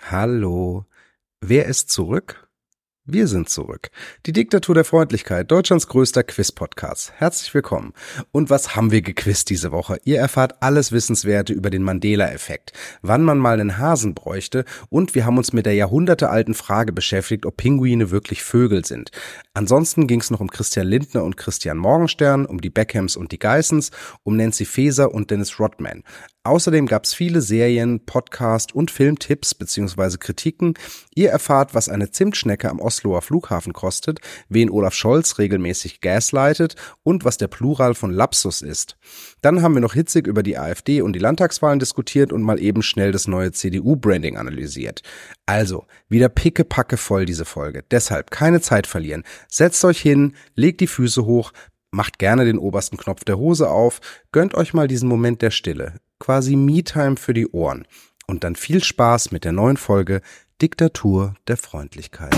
Hallo. Wer ist zurück? Wir sind zurück. Die Diktatur der Freundlichkeit, Deutschlands größter Quiz-Podcast. Herzlich willkommen. Und was haben wir gequizt diese Woche? Ihr erfahrt alles Wissenswerte über den Mandela-Effekt, wann man mal einen Hasen bräuchte und wir haben uns mit der jahrhundertealten Frage beschäftigt, ob Pinguine wirklich Vögel sind. Ansonsten ging es noch um Christian Lindner und Christian Morgenstern, um die Beckhams und die Geissens, um Nancy Faeser und Dennis Rodman. Außerdem gab es viele Serien, Podcast- und Filmtipps bzw. Kritiken. Ihr erfahrt, was eine Zimtschnecke am Osloer Flughafen kostet, wen Olaf Scholz regelmäßig gaslightet und was der Plural von Lapsus ist. Dann haben wir noch hitzig über die AfD und die Landtagswahlen diskutiert und mal eben schnell das neue CDU-Branding analysiert. Also, wieder pickepacke voll diese Folge. Deshalb keine Zeit verlieren. Setzt euch hin, legt die Füße hoch, macht gerne den obersten Knopf der Hose auf, gönnt euch mal diesen Moment der Stille. Quasi Me-Time für die Ohren. Und dann viel Spaß mit der neuen Folge Diktatur der Freundlichkeit.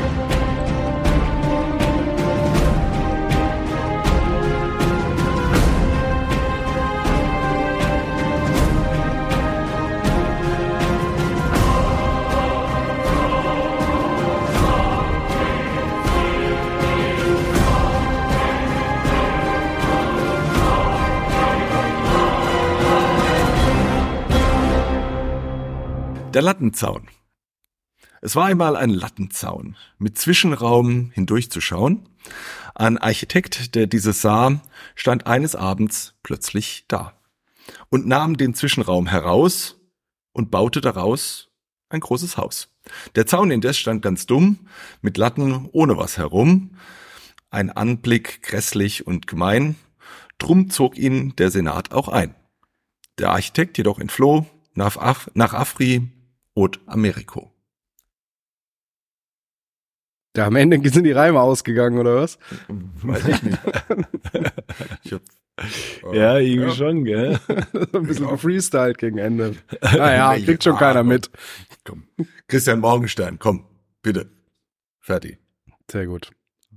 Der Lattenzaun. Es war einmal ein Lattenzaun, mit Zwischenraum hindurchzuschauen. Ein Architekt, der dieses sah, stand eines Abends plötzlich da und nahm den Zwischenraum heraus und baute daraus ein großes Haus. Der Zaun indes stand ganz dumm, mit Latten ohne was herum. Ein Anblick grässlich und gemein. Drum zog ihn der Senat auch ein. Der Architekt jedoch entfloh nach Afri und Americo. Da am Ende sind die Reime ausgegangen, oder was? Weiß ich nicht. Ja, irgendwie schon, gell? Ein bisschen gefreestylt gegen Ende. Naja, kriegt schon keiner mit. Komm. Christian Morgenstern, komm, bitte. Fertig. Sehr gut.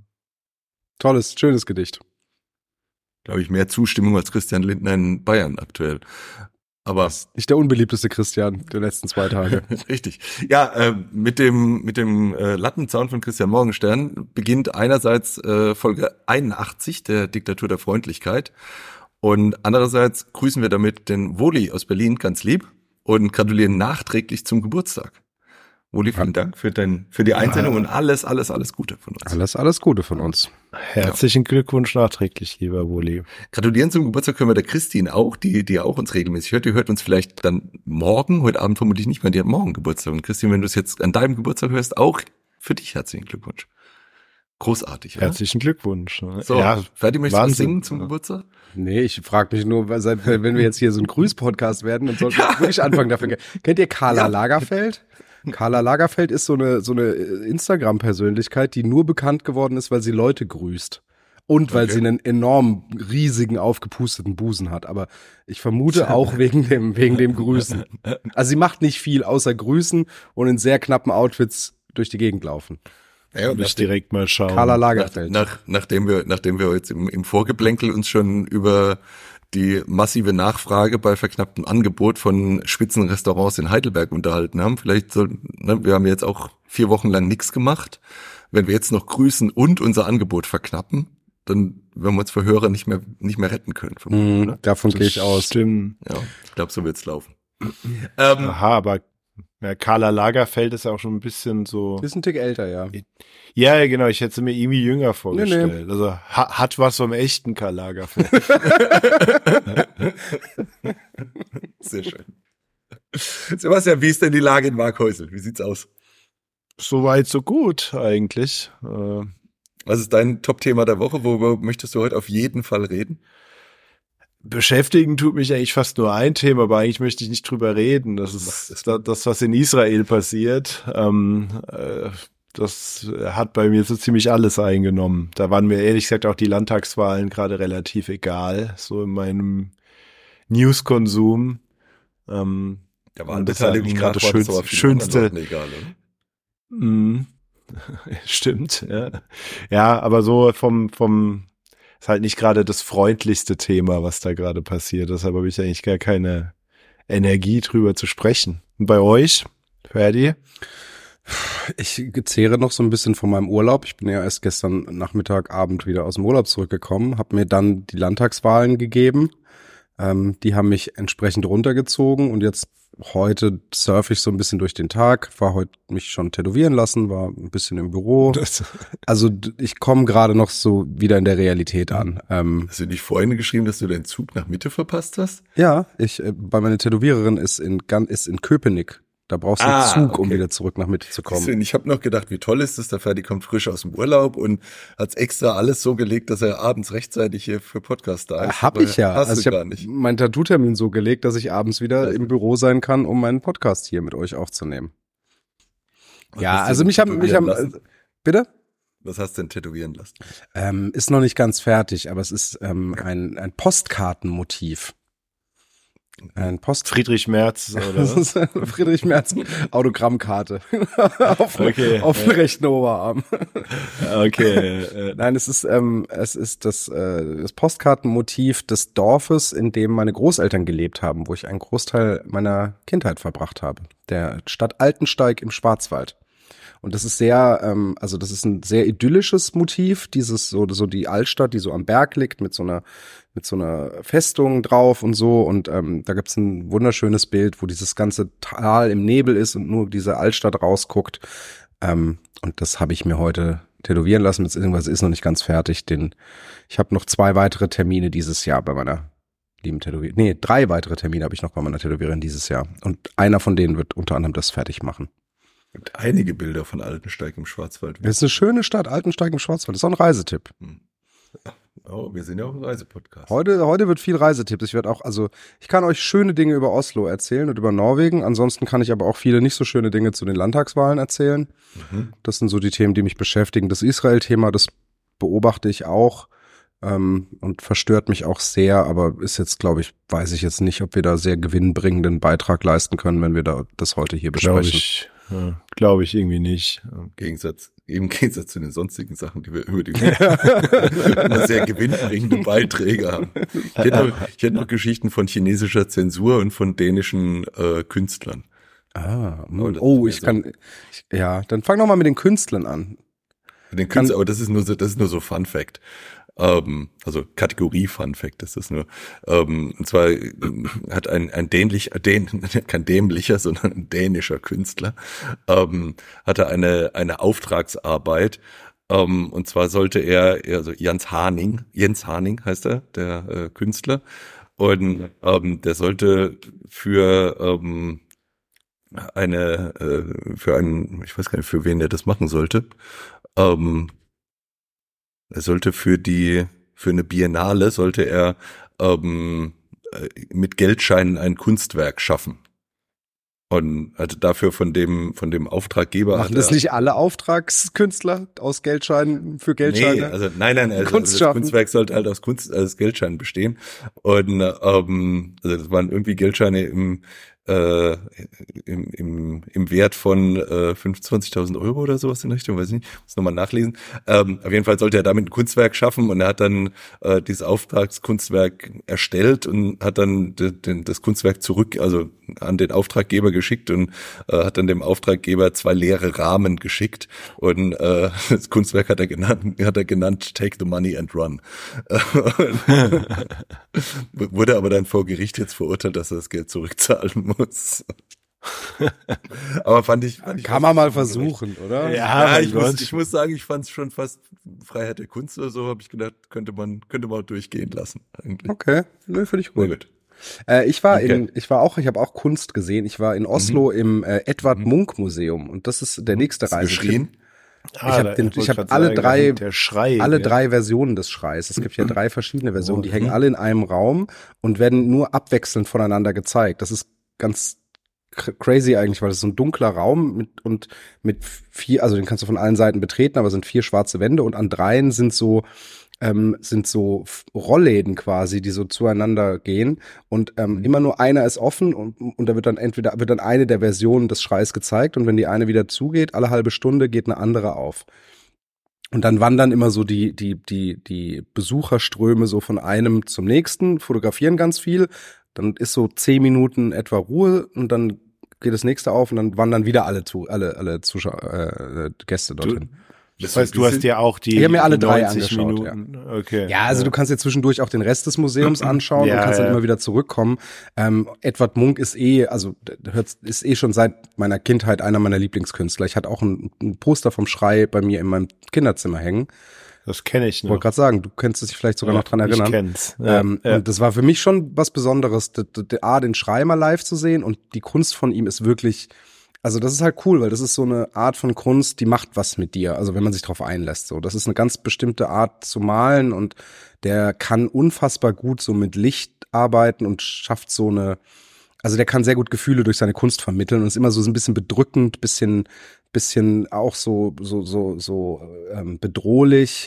Tolles, schönes Gedicht. Glaube ich, mehr Zustimmung als Christian Lindner in Bayern aktuell. Aber nicht der unbeliebteste Christian der letzten 2 Tage. Richtig. Ja, mit dem Lattenzaun von Christian Morgenstern beginnt einerseits Folge 81 der Diktatur der Freundlichkeit und andererseits grüßen wir damit den Woli aus Berlin ganz lieb und gratulieren nachträglich zum Geburtstag. Woli, vielen Dank für die Einsendung und alles Gute von uns. Alles Gute von uns. Herzlichen Glückwunsch nachträglich, lieber Woli. Gratulieren zum Geburtstag können wir der Christine auch, die auch uns regelmäßig hört. Die hört uns vielleicht dann morgen, heute Abend vermutlich nicht mehr, die hat morgen Geburtstag. Und Christine, wenn du es jetzt an deinem Geburtstag hörst, auch für dich herzlichen Glückwunsch. Großartig, oder? Herzlichen Glückwunsch. So, ja, fertig, möchtest du was singen zum Geburtstag? Nee, ich frage mich nur, wenn wir jetzt hier so ein Grüß-Podcast werden, dann sollten wir wirklich anfangen dafür. Kennt ihr Carla Lagerfeld? Carla Lagerfeld ist so eine Instagram-Persönlichkeit, die nur bekannt geworden ist, weil sie Leute grüßt. Und weil sie einen enorm riesigen, aufgepusteten Busen hat. Aber ich vermute auch wegen dem Grüßen. Also sie macht nicht viel, außer grüßen und in sehr knappen Outfits durch die Gegend laufen. Ja, und ich direkt mal schauen. Carla Lagerfeld. Nachdem wir jetzt im Vorgeplänkel uns schon über die massive Nachfrage bei verknapptem Angebot von Spitzenrestaurants in Heidelberg unterhalten haben. Vielleicht wir haben jetzt auch 4 Wochen lang nichts gemacht. Wenn wir jetzt noch grüßen und unser Angebot verknappen, dann werden wir uns für Hörer nicht mehr retten können. Davon gehe ich aus. Stimmt. Ja, ich glaube, so wird's laufen. Aha, aber Carla Lagerfeld ist ja auch schon ein bisschen so. Ist ein Tick älter, ja. Ja, genau, ich hätte sie mir irgendwie jünger vorgestellt. Nee. Also hat was vom echten Karl Lagerfeld. Sehr schön. Sebastian, wie ist denn die Lage in Markhäusel? Wie sieht's aus? Soweit, so gut eigentlich. Was ist dein Top-Thema der Woche? Worüber möchtest du heute auf jeden Fall reden? Beschäftigen tut mich eigentlich fast nur ein Thema, aber eigentlich möchte ich nicht drüber reden. Das ist das, was in Israel passiert. Das hat bei mir so ziemlich alles eingenommen. Da waren mir ehrlich gesagt auch die Landtagswahlen gerade relativ egal, so in meinem Newskonsum. Da waren Beteiligung gerade das schönste. Egal, oder? Stimmt, ja. Ja, aber so vom ist halt nicht gerade das freundlichste Thema, was da gerade passiert. Deshalb habe ich eigentlich gar keine Energie drüber zu sprechen. Und bei euch? Ferdi? Ich zehre noch so ein bisschen von meinem Urlaub. Ich bin ja erst gestern Nachmittag, Abend wieder aus dem Urlaub zurückgekommen, habe mir dann die Landtagswahlen gegeben. Die haben mich entsprechend runtergezogen und jetzt heute surfe ich so ein bisschen durch den Tag, war heute mich schon tätowieren lassen, war ein bisschen im Büro. Also ich komme gerade noch so wieder in der Realität an. Hast du nicht vorhin geschrieben, dass du deinen Zug nach Mitte verpasst hast? Ja, bei meiner Tätowiererin ist in Köpenick. Da brauchst du einen Zug, um wieder zurück nach Mitte zu kommen. Ich habe noch gedacht, wie toll ist das, der Ferdi kommt frisch aus dem Urlaub und hat's extra alles so gelegt, dass er abends rechtzeitig hier für Podcast da ist. Hab ich ja. Also ich habe meinen Tattoo-Termin so gelegt, dass ich abends wieder im Büro sein kann, um meinen Podcast hier mit euch aufzunehmen. Ja, also mich haben bitte? Was hast du denn tätowieren lassen? Ist noch nicht ganz fertig, aber es ist ein Postkartenmotiv. Friedrich Merz, oder? Das ist Friedrich Merz Autogrammkarte auf dem rechten Oberarm. Okay. Nein, es ist das Postkartenmotiv des Dorfes, in dem meine Großeltern gelebt haben, wo ich einen Großteil meiner Kindheit verbracht habe. Der Stadt Altensteig im Schwarzwald. Und das ist das ist ein sehr idyllisches Motiv, dieses so die Altstadt, die so am Berg liegt mit so einer Festung drauf und so. Und da gibt's ein wunderschönes Bild, wo dieses ganze Tal im Nebel ist und nur diese Altstadt rausguckt. Und das habe ich mir heute tätowieren lassen, beziehungsweise ist noch nicht ganz fertig. Ich habe noch 2 weitere Termine dieses Jahr bei meiner lieben Tätowiererin. Nee, 3 weitere Termine habe ich noch bei meiner Tätowiererin dieses Jahr. Und einer von denen wird unter anderem das fertig machen. Es gibt einige Bilder von Altensteig im Schwarzwald. Es ist eine schöne Stadt, Altensteig im Schwarzwald. Das ist auch ein Reisetipp. Oh, wir sind ja auch ein Reisepodcast. Heute wird viel Reisetipps. Ich kann euch schöne Dinge über Oslo erzählen und über Norwegen. Ansonsten kann ich aber auch viele nicht so schöne Dinge zu den Landtagswahlen erzählen. Das sind so die Themen, die mich beschäftigen. Das Israel-Thema, das beobachte ich auch und verstört mich auch sehr. Aber ist jetzt, weiß ich jetzt nicht, ob wir da sehr gewinnbringenden Beitrag leisten können, wenn wir das heute hier besprechen. Glaube ich irgendwie nicht. Im Gegensatz zu den sonstigen Sachen, die wir über die immer sehr gewinnbringende Beiträge haben. Ich hätte noch Geschichten von chinesischer Zensur und von dänischen Künstlern. Dann fang doch mal mit den Künstlern an. Aber das ist nur so Fun Fact. Also Kategorie Fun Fact ist das nur. Und zwar hat kein dämlicher, sondern ein dänischer Künstler, hatte eine Auftragsarbeit, und zwar sollte also Jens Haning heißt er, der Künstler, und der sollte für ich weiß gar nicht, für wen er das machen sollte. Er sollte für eine Biennale sollte er mit Geldscheinen ein Kunstwerk schaffen. Und hatte dafür von dem Auftraggeber. Machen das nicht alle Auftragskünstler aus Geldscheinen für Geldscheine? Nee, nein, also das Kunstwerk sollte halt aus Geldscheinen bestehen. Und also das waren irgendwie Geldscheine im Wert von 25.000 Euro oder sowas in der Richtung, weiß ich nicht, muss nochmal nachlesen. Auf jeden Fall sollte er damit ein Kunstwerk schaffen und er hat dann dieses Auftragskunstwerk erstellt und hat dann das Kunstwerk also an den Auftraggeber geschickt und hat dann dem Auftraggeber 2 leere Rahmen geschickt und das Kunstwerk hat er genannt Take the Money and Run. Wurde aber dann vor Gericht jetzt verurteilt, dass er das Geld zurückzahlen muss. Aber fand ich kann man mal versuchen, oder? Ja, ich muss sagen, ich fand es schon fast Freiheit der Kunst oder so, habe ich gedacht, könnte man durchgehen lassen eigentlich. Okay, finde ich gut. Ich habe auch Kunst gesehen. Ich war in Oslo im Edvard Munch Museum und das ist der nächste Reisetipp. Ich habe alle 3 Versionen des Schreis. Es gibt ja 3 verschiedene Versionen, die hängen alle in einem Raum und werden nur abwechselnd voneinander gezeigt. Das ist ganz crazy eigentlich, weil es so ein dunkler Raum mit 4, also den kannst du von allen Seiten betreten, aber sind 4 schwarze Wände und an 3 sind so Rollläden quasi, die so zueinander gehen und immer nur einer ist offen und da wird dann eine der Versionen des Schreis gezeigt und wenn die eine wieder zugeht, alle halbe Stunde geht eine andere auf. Und dann wandern immer so die Besucherströme so von einem zum nächsten, fotografieren ganz viel, dann ist so 10 Minuten etwa Ruhe und dann geht das nächste auf und dann wandern wieder alle Zuschauer, Gäste dorthin. Das heißt, du hast dir auch die ich hab mir alle 3 90 angeschaut, Minuten. Ja. Okay. Ja, also du kannst dir zwischendurch auch den Rest des Museums anschauen und kannst dann immer wieder zurückkommen. Edvard Munch ist schon seit meiner Kindheit einer meiner Lieblingskünstler. Ich hatte auch ein Poster vom Schrei bei mir in meinem Kinderzimmer hängen. Das kenne ich noch. Ich wollte gerade sagen, du könntest dich vielleicht sogar noch dran erinnern. Ich kenn's. Und das war für mich schon was Besonderes, den Schrei mal live zu sehen, und die Kunst von ihm ist wirklich, also das ist halt cool, weil das ist so eine Art von Kunst, die macht was mit dir, also wenn man sich drauf einlässt. So, das ist eine ganz bestimmte Art zu malen, und der kann unfassbar gut so mit Licht arbeiten und schafft so eine, also der kann sehr gut Gefühle durch seine Kunst vermitteln und ist immer so ein bisschen bedrückend, bisschen auch so bedrohlich,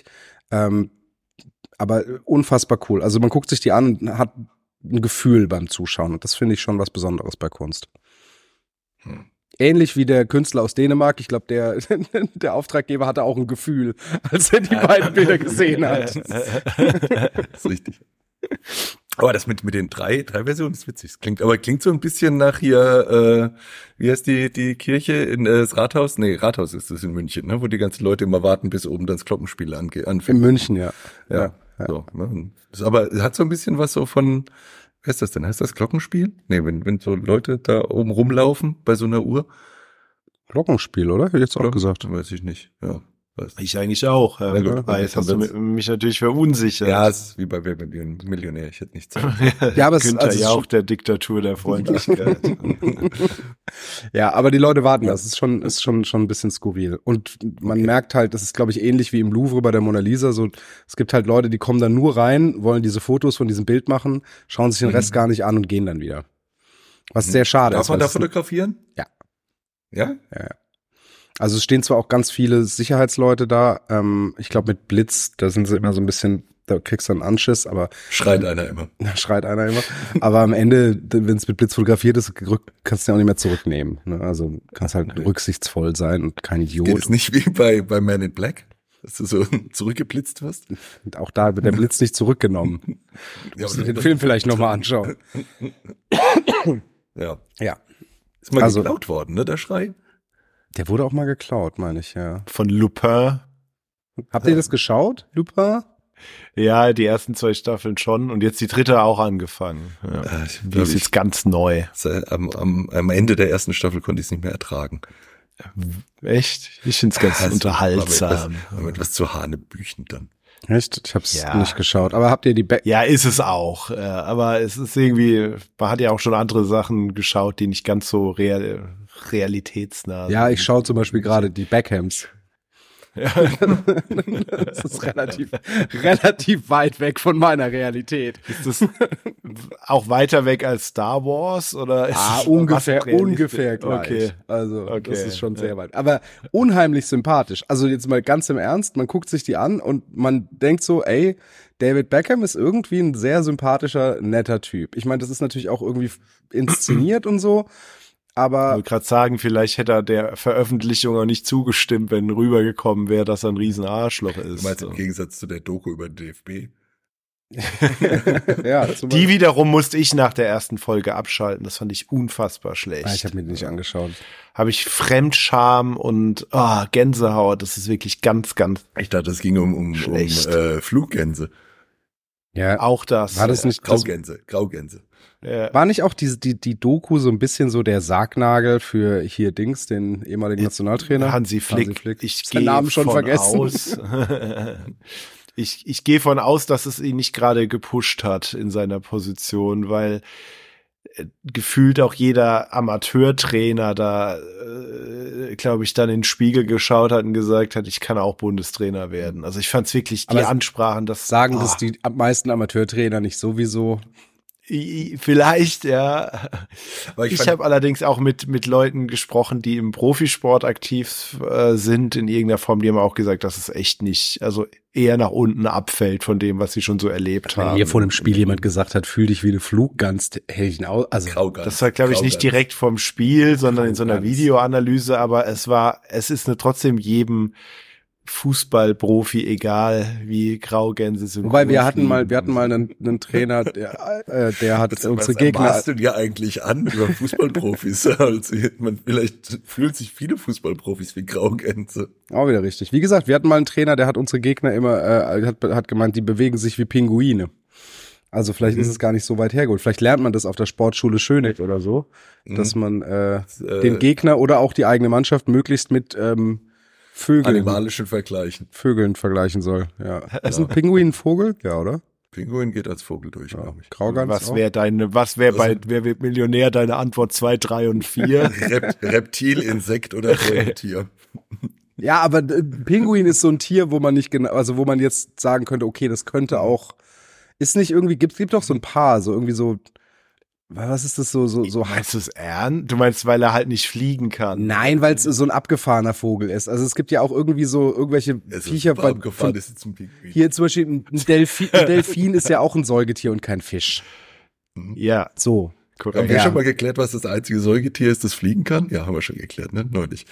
aber unfassbar cool. Also man guckt sich die an und hat ein Gefühl beim Zuschauen, und das finde ich schon was Besonderes bei Kunst. Ähnlich wie der Künstler aus Dänemark. Ich glaube, der Auftraggeber hatte auch ein Gefühl, als er die beiden Bilder gesehen hat. Das ist richtig. Aber das mit den drei Versionen ist witzig. Klingt so ein bisschen nach hier, wie heißt die Kirche in das Rathaus? Nee, Rathaus ist das in München, ne? Wo die ganzen Leute immer warten, bis oben dann das Glockenspiel anfängt. In München, ja. Ja. So, ne? Aber hat so ein bisschen was so von, wer ist das denn? Heißt das Glockenspiel? Nee, wenn so Leute da oben rumlaufen bei so einer Uhr. Glockenspiel, oder? Hätte ich jetzt auch gesagt. Weiß ich nicht, ja. Ich eigentlich auch. Ja. Jetzt hast du mich natürlich verunsichert. Ja, es ist wie bei Wer wird Millionär. Ich hätte nichts zu sagen. Ja, aber es Günther ist Jauch der Diktatur der Freundlichkeit. Ja, aber die Leute warten. Das ist schon ein bisschen skurril. Und man merkt halt, das ist, glaube ich, ähnlich wie im Louvre bei der Mona Lisa. So, es gibt halt Leute, die kommen dann nur rein, wollen diese Fotos von diesem Bild machen, schauen sich den Rest gar nicht an und gehen dann wieder. Was sehr schade ist. Darf man da fotografieren? Ja. Ja? Ja. Also es stehen zwar auch ganz viele Sicherheitsleute da, ich glaube mit Blitz, da sind sie immer so ein bisschen, da kriegst du einen Anschiss, aber schreit einer immer. Aber am Ende, wenn es mit Blitz fotografiert ist, kannst du ja auch nicht mehr zurücknehmen. Ne? Also kannst halt rücksichtsvoll sein und kein Idiot. Geht es nicht wie bei Man in Black, dass du so zurückgeblitzt wirst? Und auch da wird der Blitz nicht zurückgenommen. Musst du den Film vielleicht nochmal anschauen. Ja. Ja. Ist mal geklaut worden, ne, der Schrei? Der wurde auch mal geklaut, meine ich, ja. Von Lupin. Habt ihr das geschaut, Lupin? Ja, die ersten 2 Staffeln schon und jetzt die 3. auch angefangen. Ja. Die ist jetzt ganz neu. Am Ende der ersten Staffel konnte ich es nicht mehr ertragen. Echt? Ich finde es ganz unterhaltsam. Mit was zu Hanebüchen dann. Echt? Ich hab's nicht geschaut. Aber habt ihr die Ja, ist es auch. Aber es ist irgendwie, man hat ja auch schon andere Sachen geschaut, die nicht ganz so realitätsnah sind. Ja, ich schaue zum Beispiel gerade die Beckhams. Ja. Das ist relativ weit weg von meiner Realität. Ist das auch weiter weg als Star Wars oder ist ungefähr gleich. Okay. Also das ist schon sehr weit. Aber unheimlich sympathisch. Also jetzt mal ganz im Ernst, man guckt sich die an und man denkt so, ey, David Beckham ist irgendwie ein sehr sympathischer, netter Typ. Ich meine, das ist natürlich auch irgendwie inszeniert und so. Aber ich wollte gerade sagen, vielleicht hätte er der Veröffentlichung auch nicht zugestimmt, wenn rübergekommen wäre, dass er ein riesen Arschloch ist. Du meinst im Gegensatz zu der Doku über den DFB? Ja, die wiederum musste ich nach der ersten Folge abschalten. Das fand ich unfassbar schlecht. Ich habe mir die nicht angeschaut. Habe ich Fremdscham und Gänsehaut. Das ist wirklich ganz, ganz. Ich dachte, es ging um Fluggänse. Ja, auch das. War das nicht Graugänse. War nicht auch die Doku so ein bisschen so der Sargnagel für hier Dings, den ehemaligen Nationaltrainer? Hansi Flick. Ich gehe Namen schon vergessen. Aus. Ich gehe von aus, dass es ihn nicht gerade gepusht hat in seiner Position, weil gefühlt auch jeder Amateurtrainer da, glaube ich, dann in den Spiegel geschaut hat und gesagt hat, ich kann auch Bundestrainer werden. Also ich fand es wirklich, die Ansprachen, das sagen das die meisten Amateurtrainer nicht sowieso. Vielleicht, ja. Aber ich habe allerdings auch mit Leuten gesprochen, die im Profisport aktiv sind in irgendeiner Form, die haben auch gesagt, dass es echt nicht, also eher nach unten abfällt von dem, was sie schon so erlebt haben. Wenn hier vor dem Spiel jemand gesagt hat, fühl dich wie eine Fluggans, hätte ich ihn auch, also Graugans. Das war, glaube ich, nicht direkt vom Spiel, sondern in so einer Videoanalyse, aber es ist trotzdem jedem Fußballprofi, egal wie Graugänse sind. Wobei wir hatten mal einen Trainer, der hat unsere Gegner. Was machst du dir eigentlich an über Fußballprofis? Also, vielleicht fühlen sich viele Fußballprofis wie Graugänse. Auch wieder richtig. Wie gesagt, wir hatten mal einen Trainer, der hat unsere Gegner immer, hat gemeint, die bewegen sich wie Pinguine. Also vielleicht ist es gar nicht so weit hergeholt. Vielleicht lernt man das auf der Sportschule Schöneck oder so, dass man den Gegner oder auch die eigene Mannschaft möglichst mit animalischen Vergleichen. Vögeln vergleichen soll. Ja. Ist ein Pinguin ein Vogel? Ja, oder? Pinguin geht als Vogel durch, glaube ich. Graugans was wäre bei Wer wird Millionär deine Antwort 2, 3 und 4? Reptil, Insekt oder Säugetier. Ja, aber Pinguin ist so ein Tier, wo man nicht genau, also wo man jetzt sagen könnte, okay, das könnte auch, ist nicht irgendwie, gibt doch so ein paar, so irgendwie so, was ist das so? Meinst du es ernst? Du meinst, weil er halt nicht fliegen kann? Nein, weil es so ein abgefahrener Vogel ist. Also es gibt ja auch irgendwie so irgendwelche Viecher. Hier zum Beispiel ein Delfin ist ja auch ein Säugetier und kein Fisch. Ja. So. Korrekt. Haben wir schon mal geklärt, was das einzige Säugetier ist, das fliegen kann? Ja, haben wir schon geklärt, ne? Neulich.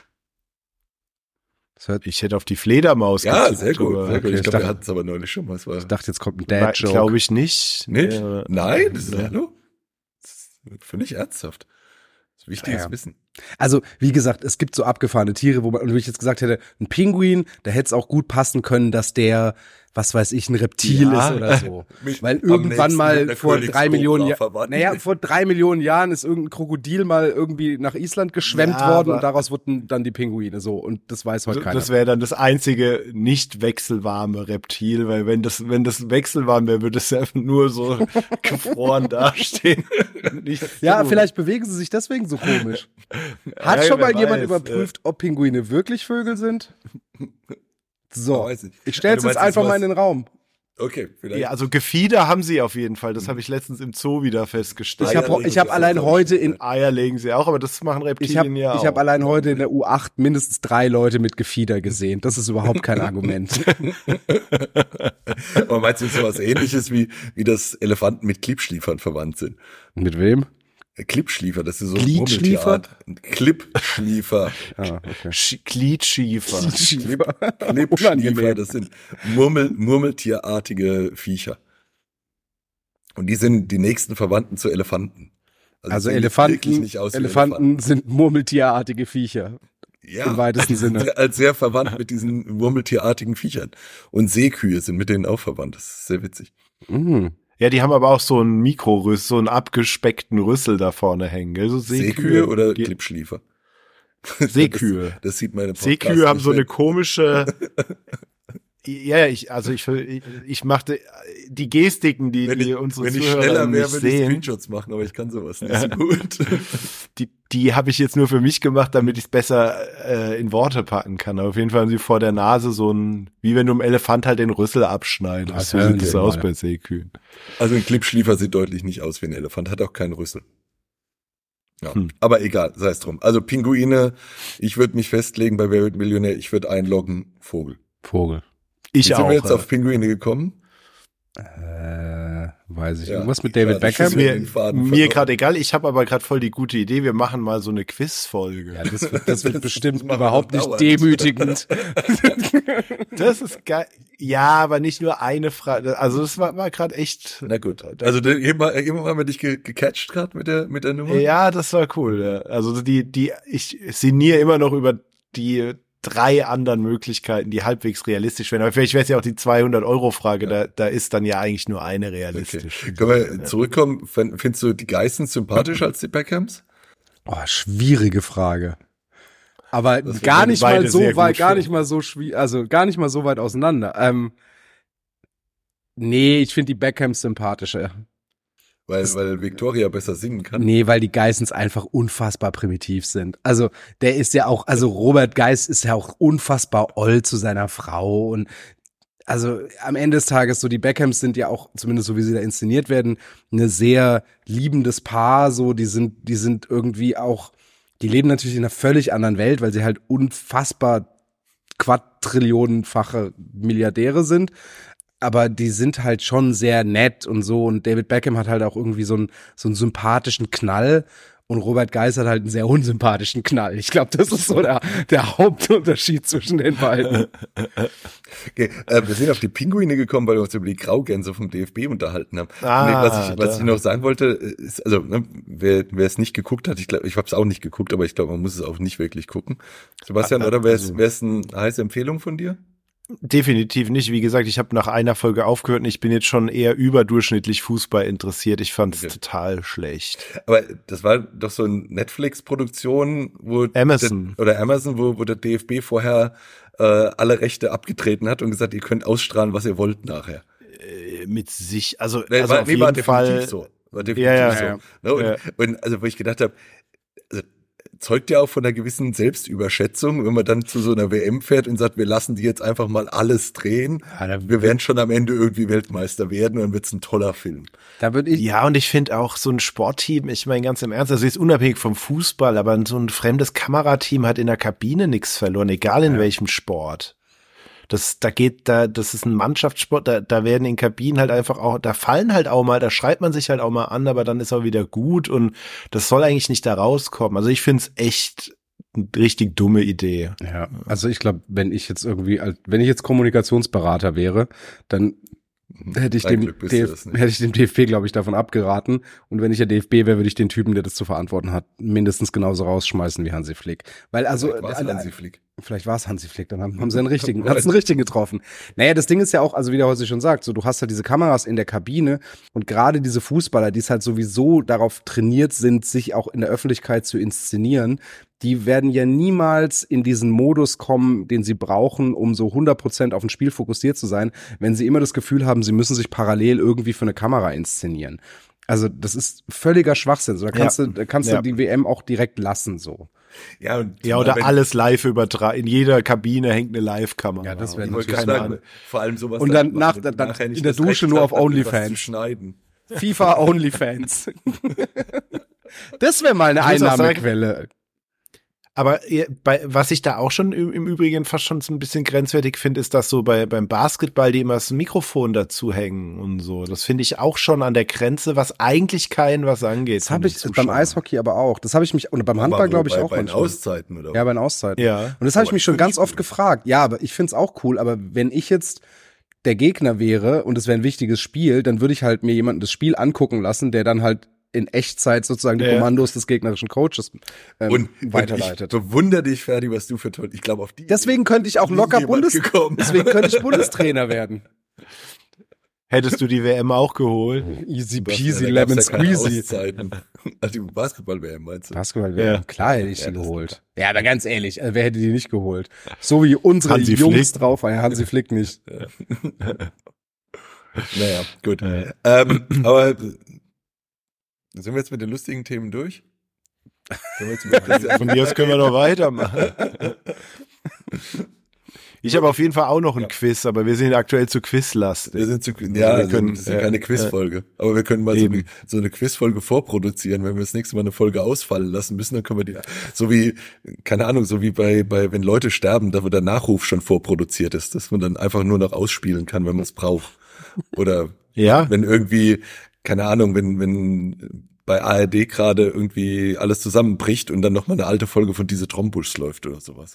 Ich hätte auf die Fledermaus getippt. Ja, sehr gut. Okay, ich glaube, wir hatten es aber neulich schon mal. Ich dachte, jetzt kommt ein Dad-Joke. Glaube ich nicht. Nicht? Nein, das ist hallo. Völlig ernsthaft. Das ist wichtiges Wissen. Also, wie gesagt, es gibt so abgefahrene Tiere, wo ich jetzt gesagt hätte, ein Pinguin, da hätte es auch gut passen können, dass der, was weiß ich, ein Reptil ist oder so. Weil irgendwann mal vor 3 Millionen Jahren, vor 3 Millionen Jahren ist irgendein Krokodil mal irgendwie nach Island geschwemmt worden und daraus wurden dann die Pinguine so. Und das weiß heute keiner. Das wäre dann das einzige nicht wechselwarme Reptil, weil wenn das wechselwarm wäre, würde es ja nur so gefroren dastehen. Ja, vielleicht bewegen sie sich deswegen so komisch. Hat schon mal jemand überprüft, ob Pinguine wirklich Vögel sind? So, ich stelle es jetzt einfach mal in den Raum. Okay, vielleicht. Ja, also Gefieder haben sie auf jeden Fall. Das habe ich letztens im Zoo wieder festgestellt. Ich habe allein heute in Eier legen sie auch, aber das machen Reptilien ja auch. Ich habe allein heute in der U8 mindestens 3 Leute mit Gefieder gesehen. Das ist überhaupt kein Argument. Aber meinst du sowas Ähnliches wie das Elefanten mit Klippschliefern verwandt sind? Mit wem? Klippschliefer, das ist so Gliedschliefer? Klippschliefer. Ah, okay. Gliedschiefer. Klippschliefer, das sind murmeltierartige Viecher. Und die sind die nächsten Verwandten zu Elefanten. Also Elefanten sind murmeltierartige Viecher. Ja, im weitesten Sinne. Als sehr verwandt mit diesen murmeltierartigen Viechern. Und Seekühe sind mit denen auch verwandt. Das ist sehr witzig. Mhm. Ja, die haben aber auch so einen Mikrorüssel, so einen abgespeckten Rüssel da vorne hängen, gell? So Seekühe oder Klippschliefer? Seekühe. Das sieht man im Podcast. Seekühe haben so eine komische, ja, ich machte die Gestiken, die unsere Zuhörer nicht sehen. Wenn ich Screenshots machen, aber ich kann sowas nicht so gut. Die habe ich jetzt nur für mich gemacht, damit ich es besser in Worte packen kann. Aber auf jeden Fall haben sie vor der Nase so ein, wie wenn du einem Elefant halt den Rüssel abschneidest. So sieht es aus bei Seekühen. Also ein Klippschliefer sieht deutlich nicht aus wie ein Elefant, hat auch keinen Rüssel. Ja, aber egal, sei es drum. Also Pinguine, ich würde mich festlegen bei Wer wird Millionär, ich würde einloggen, Vogel. Ich Wie auch. sind wir jetzt auf Pinguine gekommen? Weiß ich. Ja, Irgendwas mit David Beckham? Ist mir gerade egal. Ich habe aber gerade voll die gute Idee. Wir machen mal so eine Quizfolge. Ja, das wird bestimmt überhaupt nicht demütigend. Das ist geil. Ja, aber nicht nur eine Frage. Also das war gerade echt. Na gut. Also irgendwann haben wir dich gecatcht gerade mit der Nummer. Ja, das war cool. Ja. Also ich sinniere immer noch über die 3 anderen Möglichkeiten, die halbwegs realistisch wären. Aber vielleicht wäre es ja auch die 200-Euro-Frage, da ist dann ja eigentlich nur eine realistisch. Okay. Können wir zurückkommen? Findest du die Geissens sympathischer als die Beckhams? Oh, schwierige Frage. Aber gar nicht mal so weit, gar nicht mal so weit auseinander. Nee, ich finde die Beckhams sympathischer. Weil Victoria besser singen kann? Nee, weil die Geissens einfach unfassbar primitiv sind. Also, der ist ja auch, also Robert Geiss ist ja auch unfassbar oll zu seiner Frau und also am Ende des Tages so, die Beckhams sind ja auch, zumindest so wie sie da inszeniert werden, eine sehr liebendes Paar, so, die sind irgendwie auch, die leben natürlich in einer völlig anderen Welt, weil sie halt unfassbar quadrillionenfache Milliardäre sind. Aber die sind halt schon sehr nett und so und David Beckham hat halt auch irgendwie so einen sympathischen Knall Und Robert Geis hat halt einen sehr unsympathischen Knall. Ich glaube, das ist so der Hauptunterschied zwischen den beiden. Okay, wir sind auf die Pinguine gekommen, weil wir uns über die Graugänse vom DFB unterhalten haben. Was ich noch sagen wollte, ist, also wer es nicht geguckt hat, ich habe es auch nicht geguckt, aber ich glaube, man muss es auch nicht wirklich gucken. Sebastian, oder wäre es eine heiße Empfehlung von dir? Definitiv nicht. Wie gesagt, ich habe nach einer Folge aufgehört und ich bin jetzt schon eher überdurchschnittlich Fußball interessiert. Ich fand es total schlecht. Aber das war doch so eine Netflix-Produktion, wo Amazon, wo der DFB vorher alle Rechte abgetreten hat und gesagt, ihr könnt ausstrahlen, was ihr wollt nachher. Mit sich, also war auf jeden Fall so. War definitiv so. Ja. Ne? Und also wo ich gedacht habe, also zeugt ja auch von einer gewissen Selbstüberschätzung, wenn man dann zu so einer WM fährt und sagt, wir lassen die jetzt einfach mal alles drehen. Ja, wir werden schon am Ende irgendwie Weltmeister werden und dann wird's ein toller Film. Ja, und ich finde auch so ein Sportteam, ich meine ganz im Ernst, also ist unabhängig vom Fußball, aber so ein fremdes Kamerateam hat in der Kabine nichts verloren, egal in welchem Sport. Das ist ein Mannschaftssport, da werden in Kabinen halt einfach auch, da fallen halt auch mal, da schreit man sich halt auch mal an, aber dann ist auch wieder gut und das soll eigentlich nicht da rauskommen. Also ich finde es echt eine richtig dumme Idee. Ja, also ich glaube, wenn ich jetzt Kommunikationsberater wäre, dann hätte ich dem DFB, glaube ich, davon abgeraten. Und wenn ich der DFB wäre, würde ich den Typen, der das zu verantworten hat, mindestens genauso rausschmeißen wie Hansi Flick. Weil vielleicht war es Hansi Flick, dann haben sie einen richtigen getroffen. Naja, das Ding ist ja auch, also wie der Hossi schon sagt, so du hast halt diese Kameras in der Kabine und gerade diese Fußballer, die es halt sowieso darauf trainiert sind, sich auch in der Öffentlichkeit zu inszenieren, die werden ja niemals in diesen Modus kommen, den sie brauchen, um so 100% auf ein Spiel fokussiert zu sein, wenn sie immer das Gefühl haben, sie müssen sich parallel irgendwie für eine Kamera inszenieren. Also das ist völliger Schwachsinn. So, da kannst du die WM auch direkt lassen, so. Ja, oder alles live übertragen. In jeder Kabine hängt eine Live-Kamera. Ja, das wäre natürlich sagen, vor allem sowas. Und dann in der Dusche nur auf OnlyFans. FIFA OnlyFans. Das wäre mal eine Einnahmequelle. Aber was ich da auch schon im Übrigen fast schon so ein bisschen grenzwertig finde, ist, dass so beim Basketball die immer das Mikrofon dazu hängen und so. Das finde ich auch schon an der Grenze, was eigentlich keinen was angeht. Das habe ich beim Eishockey aber auch. Das habe ich mich, und beim Handball glaube ich auch. Bei den Auszeiten oder was? Ja, bei den Auszeiten. Ja. Und das habe ich mich schon ganz oft gefragt. Ja, aber ich finde es auch cool. Aber wenn ich jetzt der Gegner wäre und es wäre ein wichtiges Spiel, dann würde ich halt mir jemanden das Spiel angucken lassen, der dann halt in Echtzeit sozusagen die Kommandos des gegnerischen Coaches weiterleitet. Und ich bewundere dich, Ferdi, was du für toll. Ich glaube, auf die. Deswegen könnte ich auch locker Bundestrainer werden. Hättest du die WM auch geholt? Easy peasy, lemon squeezy. Also die Basketball-WM meinst du? Basketball-WM, klar hätte ich die geholt. Ja, aber ganz ehrlich, wer hätte die nicht geholt? So wie unsere Hansi Jungs Flick. drauf, Hansi Flick nicht. Naja, gut. Aber sind wir jetzt mit den lustigen Themen durch? Von mir aus können wir noch weitermachen. Ich habe auf jeden Fall auch noch ein Quiz, aber wir sind aktuell zu Quizlastig. Das ist keine Quizfolge. Aber wir können mal so eine Quizfolge vorproduzieren. Wenn wir das nächste Mal eine Folge ausfallen lassen müssen, dann können wir die, so wie, keine Ahnung, so wie bei wenn Leute sterben, da wo der Nachruf schon vorproduziert ist, dass man dann einfach nur noch ausspielen kann, wenn man es braucht. Oder wenn irgendwie, keine Ahnung, wenn bei ARD gerade irgendwie alles zusammenbricht und dann nochmal eine alte Folge von diese Trombuschs läuft oder sowas.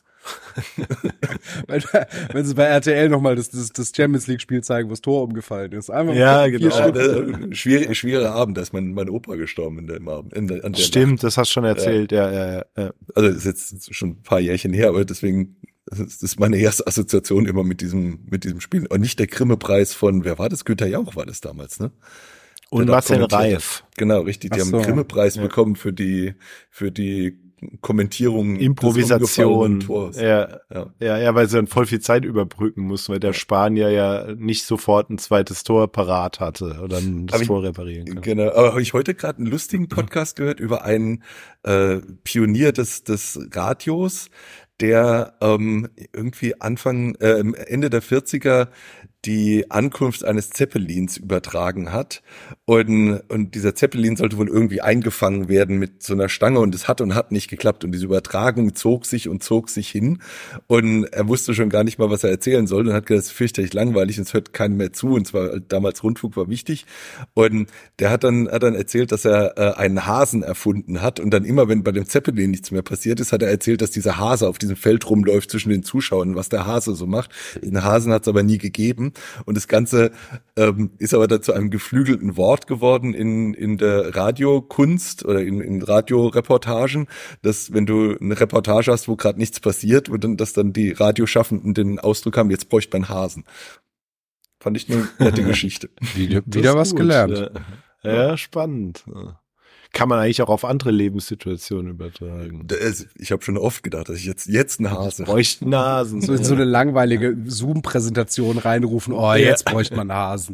Wenn sie bei RTL nochmal das Champions League Spiel zeigen, wo das Tor umgefallen ist. Einfach genau. Schwieriger Abend, da ist mein Opa gestorben in dem Abend. Stimmt, Nacht. Das hast du schon erzählt, ja. Also das ist jetzt schon ein paar Jährchen her, aber deswegen, das ist meine erste Assoziation immer mit diesem Spiel. Und nicht der Grimme-Preis von, wer war das? Günter Jauch war das damals, ne? Und Marcel Reif. Genau, richtig. Die haben einen Grimme-Preis bekommen für die Kommentierung. Improvisation. Ja, weil sie dann voll viel Zeit überbrücken mussten, weil der Spanier ja nicht sofort ein zweites Tor parat hatte oder das Tor reparieren kann. Genau, aber habe ich heute gerade einen lustigen Podcast gehört über einen Pionier des Radios, der irgendwie Ende der 40er die Ankunft eines Zeppelins übertragen hat. Und dieser Zeppelin sollte wohl irgendwie eingefangen werden mit so einer Stange und es hat nicht geklappt. Und diese Übertragung zog sich hin. Und er wusste schon gar nicht mal, was er erzählen soll und hat gesagt, das ist fürchterlich langweilig, es hört keiner mehr zu. Und zwar damals Rundfunk war wichtig. Und der hat dann erzählt, dass er einen Hasen erfunden hat. Und dann immer, wenn bei dem Zeppelin nichts mehr passiert ist, hat er erzählt, dass dieser Hase auf diesem Feld rumläuft zwischen den Zuschauern, was der Hase so macht. Den Hasen hat es aber nie gegeben. Und das Ganze ist aber dann zu einem geflügelten Wort geworden in der Radiokunst oder in Radioreportagen, dass wenn du eine Reportage hast, wo gerade nichts passiert, dass dann die Radioschaffenden den Ausdruck haben, jetzt bräuchte man Hasen. Fand ich eine nette Geschichte. Wieder was gut. gelernt. Ja, spannend. Kann man eigentlich auch auf andere Lebenssituationen übertragen. Ich habe schon oft gedacht, dass ich jetzt einen Hase bräuchte einen Hasen. So in so eine langweilige Zoom-Präsentation reinrufen, jetzt bräuchte man einen Hasen.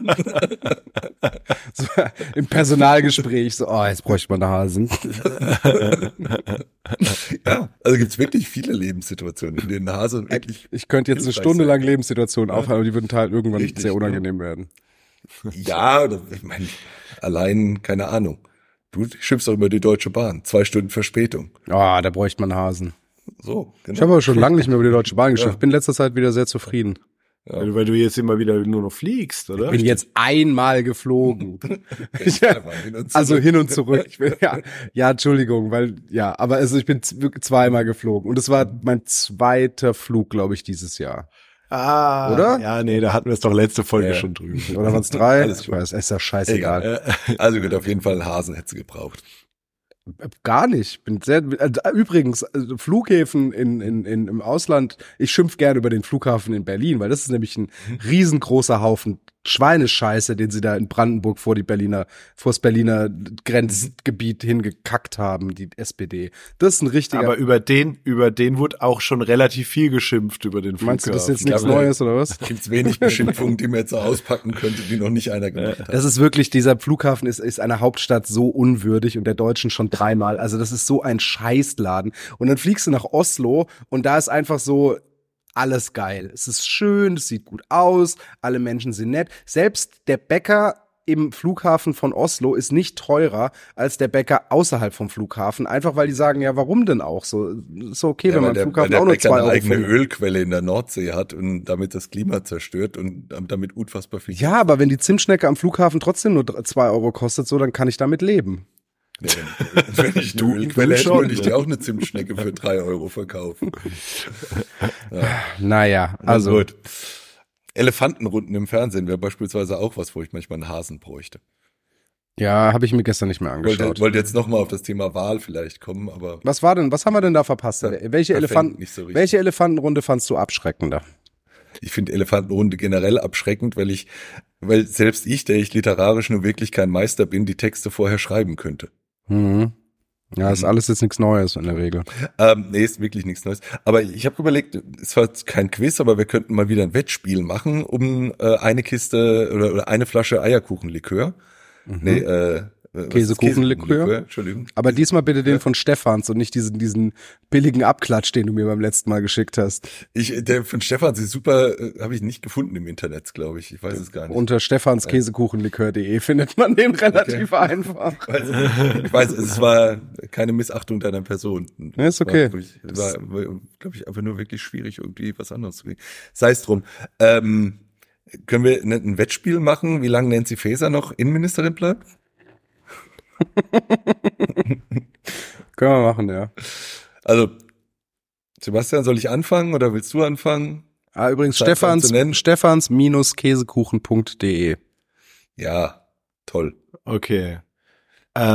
So, im Personalgespräch, jetzt bräuchte man einen Hasen. Ja, also gibt's wirklich viele Lebenssituationen, in denen ein Hase wirklich... Ich könnte jetzt eine Stunde lang Lebenssituationen aufhalten, aber die würden halt irgendwann richtig, sehr unangenehm werden. Ja, ich meine, allein, keine Ahnung. Du schimpfst doch über die Deutsche Bahn. 2 Stunden Verspätung. Da bräuchte man einen Hasen. So, genau. Ich habe aber schon lange nicht mehr über die Deutsche Bahn geschimpft. Ich bin in letzter Zeit wieder sehr zufrieden. Ja. Weil du jetzt immer wieder nur noch fliegst, oder? Ich bin jetzt einmal geflogen. Also hin und zurück. Entschuldigung, aber ich bin wirklich zweimal geflogen. Und es war mein zweiter Flug, glaube ich, dieses Jahr. Oder? Ja, nee, da hatten wir es doch letzte Folge schon drüben. Oder waren es 3? Ich weiß, ist ja scheißegal. Also wird auf jeden Fall einen Hasen hätte gebraucht. Gar nicht. Übrigens, Flughäfen im Ausland, ich schimpf gerne über den Flughafen in Berlin, weil das ist nämlich ein riesengroßer Haufen Schweinescheiße, den sie da in Brandenburg vors Berliner Grenzgebiet hingekackt haben, die SPD. Das ist ein richtiger... Aber über den wurde auch schon relativ viel geschimpft, über den Flughafen. Meinst du, das ist jetzt nichts Neues, oder was? Gibt's wenig Beschimpfungen, die man jetzt so auspacken könnte, die noch nicht einer gemacht hat. Das ist wirklich, dieser Flughafen ist einer Hauptstadt so unwürdig und der Deutschen schon 3-mal. Also das ist so ein Scheißladen. Und dann fliegst du nach Oslo und da ist einfach so... alles geil. Es ist schön, es sieht gut aus, alle Menschen sind nett. Selbst der Bäcker im Flughafen von Oslo ist nicht teurer als der Bäcker außerhalb vom Flughafen. Einfach weil die sagen, ja, warum denn auch? So ist okay, wenn man im Flughafen auch nur 2 Euro eine eigene Ölquelle in der Nordsee hat und damit das Klima zerstört und damit unfassbar viel. Ja, aber wenn die Zimtschnecke am Flughafen trotzdem nur 2 Euro kostet, dann kann ich damit leben. Ja, wenn ich eine Ölquelle hätte, würde ich dir auch eine Zimtschnecke für 3 Euro verkaufen. Ja. Naja, also. Gut. Elefantenrunden im Fernsehen wäre beispielsweise auch was, wo ich manchmal einen Hasen bräuchte. Ja, habe ich mir gestern nicht mehr angeschaut. Wollte jetzt nochmal auf das Thema Wahl vielleicht kommen, aber... Was haben wir denn da verpasst? Ja, welche Elefantenrunde fandst du abschreckender? Ich finde Elefantenrunde generell abschreckend, weil selbst ich, der ich literarisch nur wirklich kein Meister bin, die Texte vorher schreiben könnte. Mhm. Ja, ist alles jetzt nichts Neues in der Regel. Nee, ist wirklich nichts Neues. Aber ich habe überlegt, es war kein Quiz, aber wir könnten mal wieder ein Wettspiel machen um eine Kiste oder eine Flasche Eierkuchenlikör. Nee, Käsekuchenlikör. Entschuldigung. Aber diesmal bitte den von Stefans und nicht diesen billigen Abklatsch, den du mir beim letzten Mal geschickt hast. Der von Stefans ist super, habe ich nicht gefunden im Internet, glaube ich. Ich weiß es gar nicht. Unter stefanskäsekuchenlikör.de findet man den relativ einfach. Ich weiß, es war keine Missachtung deiner Person. Ja, ist okay. War glaube ich, einfach nur wirklich schwierig, irgendwie was anderes zu kriegen. Sei es drum. Können wir ein Wettspiel machen, wie lange Nancy Faeser noch Innenministerin bleibt? Können wir machen, ja. Also, Sebastian, soll ich anfangen oder willst du anfangen? Übrigens Stefans-käsekuchen.de. Ja, toll. Okay. Ja,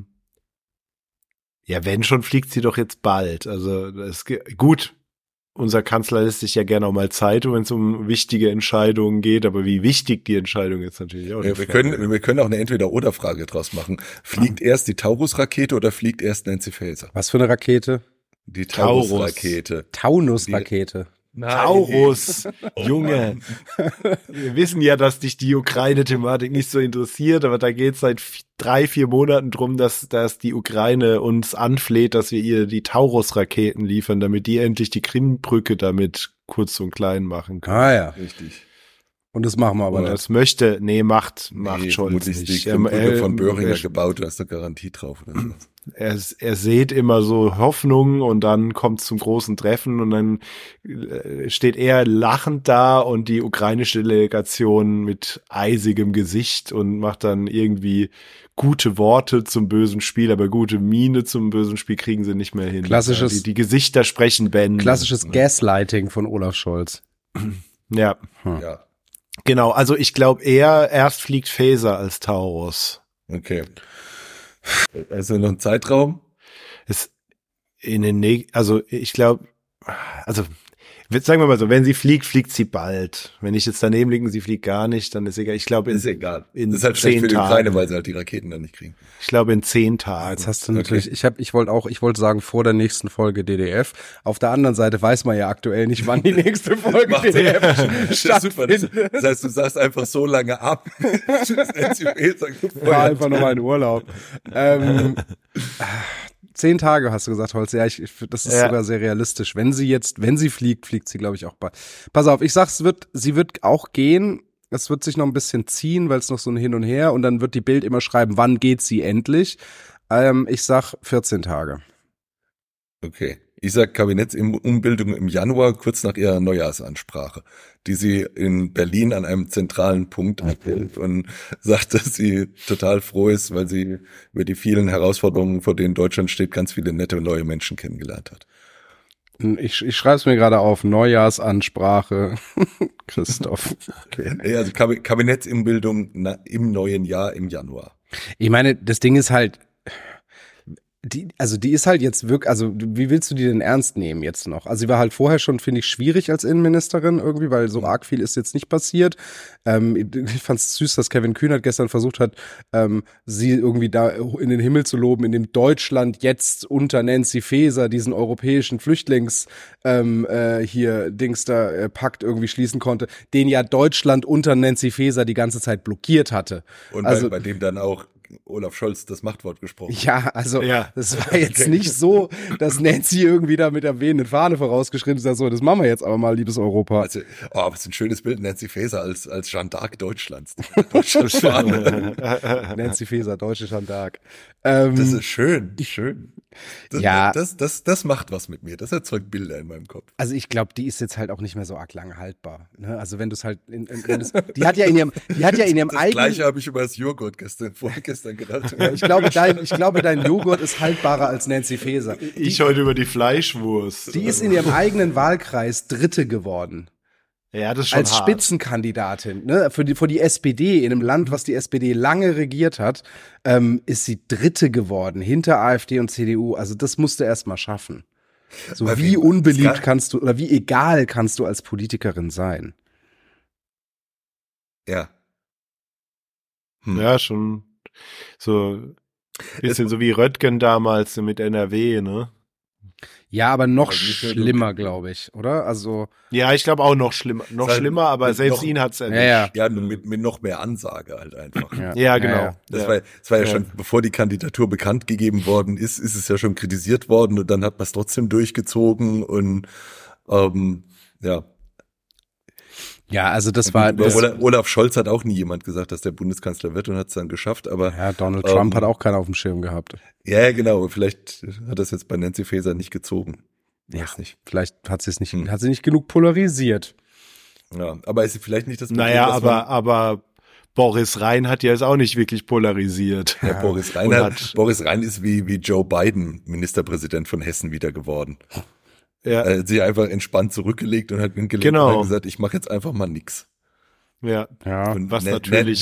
wenn schon, fliegt sie doch jetzt bald. Also, gut. Unser Kanzler lässt sich ja gerne auch mal Zeit, wenn es um wichtige Entscheidungen geht, aber wie wichtig die Entscheidung jetzt natürlich auch. Ja, wir können auch eine Entweder-oder-Frage draus machen. Fliegt erst die Taurus-Rakete oder fliegt erst Nancy Faeser? Was für eine Rakete? Die Taurus-Rakete. Taunus-Rakete. Taurus, Junge. Wir wissen ja, dass dich die Ukraine-Thematik nicht so interessiert, aber da geht es seit 3-4 Monaten drum, dass die Ukraine uns anfleht, dass wir ihr die Taurus-Raketen liefern, damit die endlich die Krimbrücke damit kurz und klein machen können. Ah ja. Richtig. Und das machen wir aber nicht. Das macht Scholz nicht. nicht. Die Krimbrücke von Böhringer gebaut, da ist da Garantie drauf. Oder so. Er sät immer so Hoffnung und dann kommt es zum großen Treffen und dann steht er lachend da und die ukrainische Delegation mit eisigem Gesicht und macht dann irgendwie gute Worte zum bösen Spiel, aber gute Miene zum bösen Spiel kriegen sie nicht mehr hin. Klassisches, die Gesichter sprechen Bände. Klassisches Gaslighting von Olaf Scholz. Ja. Ja. Genau, also ich glaube erst fliegt Faeser als Taurus. Okay. Also noch ein Zeitraum? Ich glaube, sagen wir mal so, wenn sie fliegt, fliegt sie bald. Wenn ich jetzt daneben liege, sie fliegt gar nicht, dann ist egal. Ich glaube, ist egal. In das ist halt 10 schlecht für die Tagen. Ukraine, weil sie halt die Raketen dann nicht kriegen. Ich glaube in 10 Tagen. Jetzt hast du natürlich, ich wollte sagen, vor der nächsten Folge DDF. Auf der anderen Seite weiß man ja aktuell nicht, wann die nächste Folge DDF stattfindet. Das heißt, du sagst einfach so lange ab. War einfach nochmal in Urlaub. 10 Tage hast du gesagt, Holz. Ja, das ist sogar sehr realistisch. Wenn sie fliegt, fliegt sie, glaube ich, auch bald. Pass auf, ich sag, sie wird auch gehen. Es wird sich noch ein bisschen ziehen, weil es noch so ein Hin und Her und dann wird die Bild immer schreiben, wann geht sie endlich. Ich sag 14 Tage. Okay. Ich sag Kabinettsumbildung im Januar, kurz nach ihrer Neujahrsansprache, die sie in Berlin an einem zentralen Punkt abhält und sagt, dass sie total froh ist, weil sie über die vielen Herausforderungen, vor denen Deutschland steht, ganz viele nette neue Menschen kennengelernt hat. Ich schreibe es mir gerade auf, Neujahrsansprache, Christoph. Okay. Ja, also Kabinettsumbildung im neuen Jahr im Januar. Ich meine, das Ding ist halt, die ist halt jetzt wirklich, also wie willst du die denn ernst nehmen jetzt noch? Also sie war halt vorher schon, finde ich, schwierig als Innenministerin irgendwie, weil so arg viel ist jetzt nicht passiert. Ich fand es süß, dass Kevin Kühnert gestern versucht hat, sie irgendwie da in den Himmel zu loben, in dem Deutschland jetzt unter Nancy Faeser diesen europäischen Flüchtlings Pakt irgendwie schließen konnte, den ja Deutschland unter Nancy Faeser die ganze Zeit blockiert hatte. Und also, bei dem dann auch Olaf Scholz das Machtwort gesprochen. Ja, also das war jetzt nicht so, dass Nancy irgendwie da mit der wehenden Fahne vorausgeschritten ist, so, das machen wir jetzt aber mal, liebes Europa. Also, aber es ist ein schönes Bild, Nancy Faeser als Jeanne d'Arc Deutschlands. Nancy Faeser, deutsche Jeanne d'Arc. Das ist schön. Das macht was mit mir. Das erzeugt Bilder in meinem Kopf. Also ich glaube, die ist jetzt halt auch nicht mehr so arg lang haltbar. Ne? Also wenn du es halt, die hat ja in ihrem eigenen. Das Gleiche habe ich über das Joghurt vorgestern gedacht. Ja, ich glaube, dein Joghurt ist haltbarer als Nancy Faeser. Ich heute über die Fleischwurst. Die ist in ihrem eigenen Wahlkreis Dritte geworden. Ja, das ist schon als hart. Spitzenkandidatin, ne, vor die SPD, in einem Land, was die SPD lange regiert hat, ist sie Dritte geworden, hinter AfD und CDU. Also das musst du erst mal schaffen. So weil wie unbeliebt kannst du, oder wie egal kannst du als Politikerin sein? Ja. Ja, schon so bisschen so wie Röttgen damals mit NRW, ne? Ja, aber noch schlimmer, glaube ich, oder? Also ja, ich glaube auch noch schlimmer, schlimmer, aber selbst ihn hat's erwischt. Ja, mit noch mehr Ansage halt einfach. Ja, genau. Das war ja schon, bevor die Kandidatur bekannt gegeben worden ist es ja schon kritisiert worden und dann hat man es trotzdem durchgezogen und ja. Ja, also das war. Olaf Scholz hat auch nie jemand gesagt, dass der Bundeskanzler wird und hat es dann geschafft, aber. Ja, Donald Trump hat auch keiner auf dem Schirm gehabt. Ja, genau. Vielleicht hat das jetzt bei Nancy Faeser nicht gezogen. Weiß nicht. Vielleicht hat sie es nicht, hat sie nicht genug polarisiert. Ja, aber ist sie vielleicht nicht das Problem, aber Boris Rhein hat ja jetzt auch nicht wirklich polarisiert. Ja, Boris Rhein ist wie Joe Biden Ministerpräsident von Hessen wieder geworden. Ja. Er hat sich einfach entspannt zurückgelegt und hat und gesagt, ich mache jetzt einfach mal nix. Ja. Und was natürlich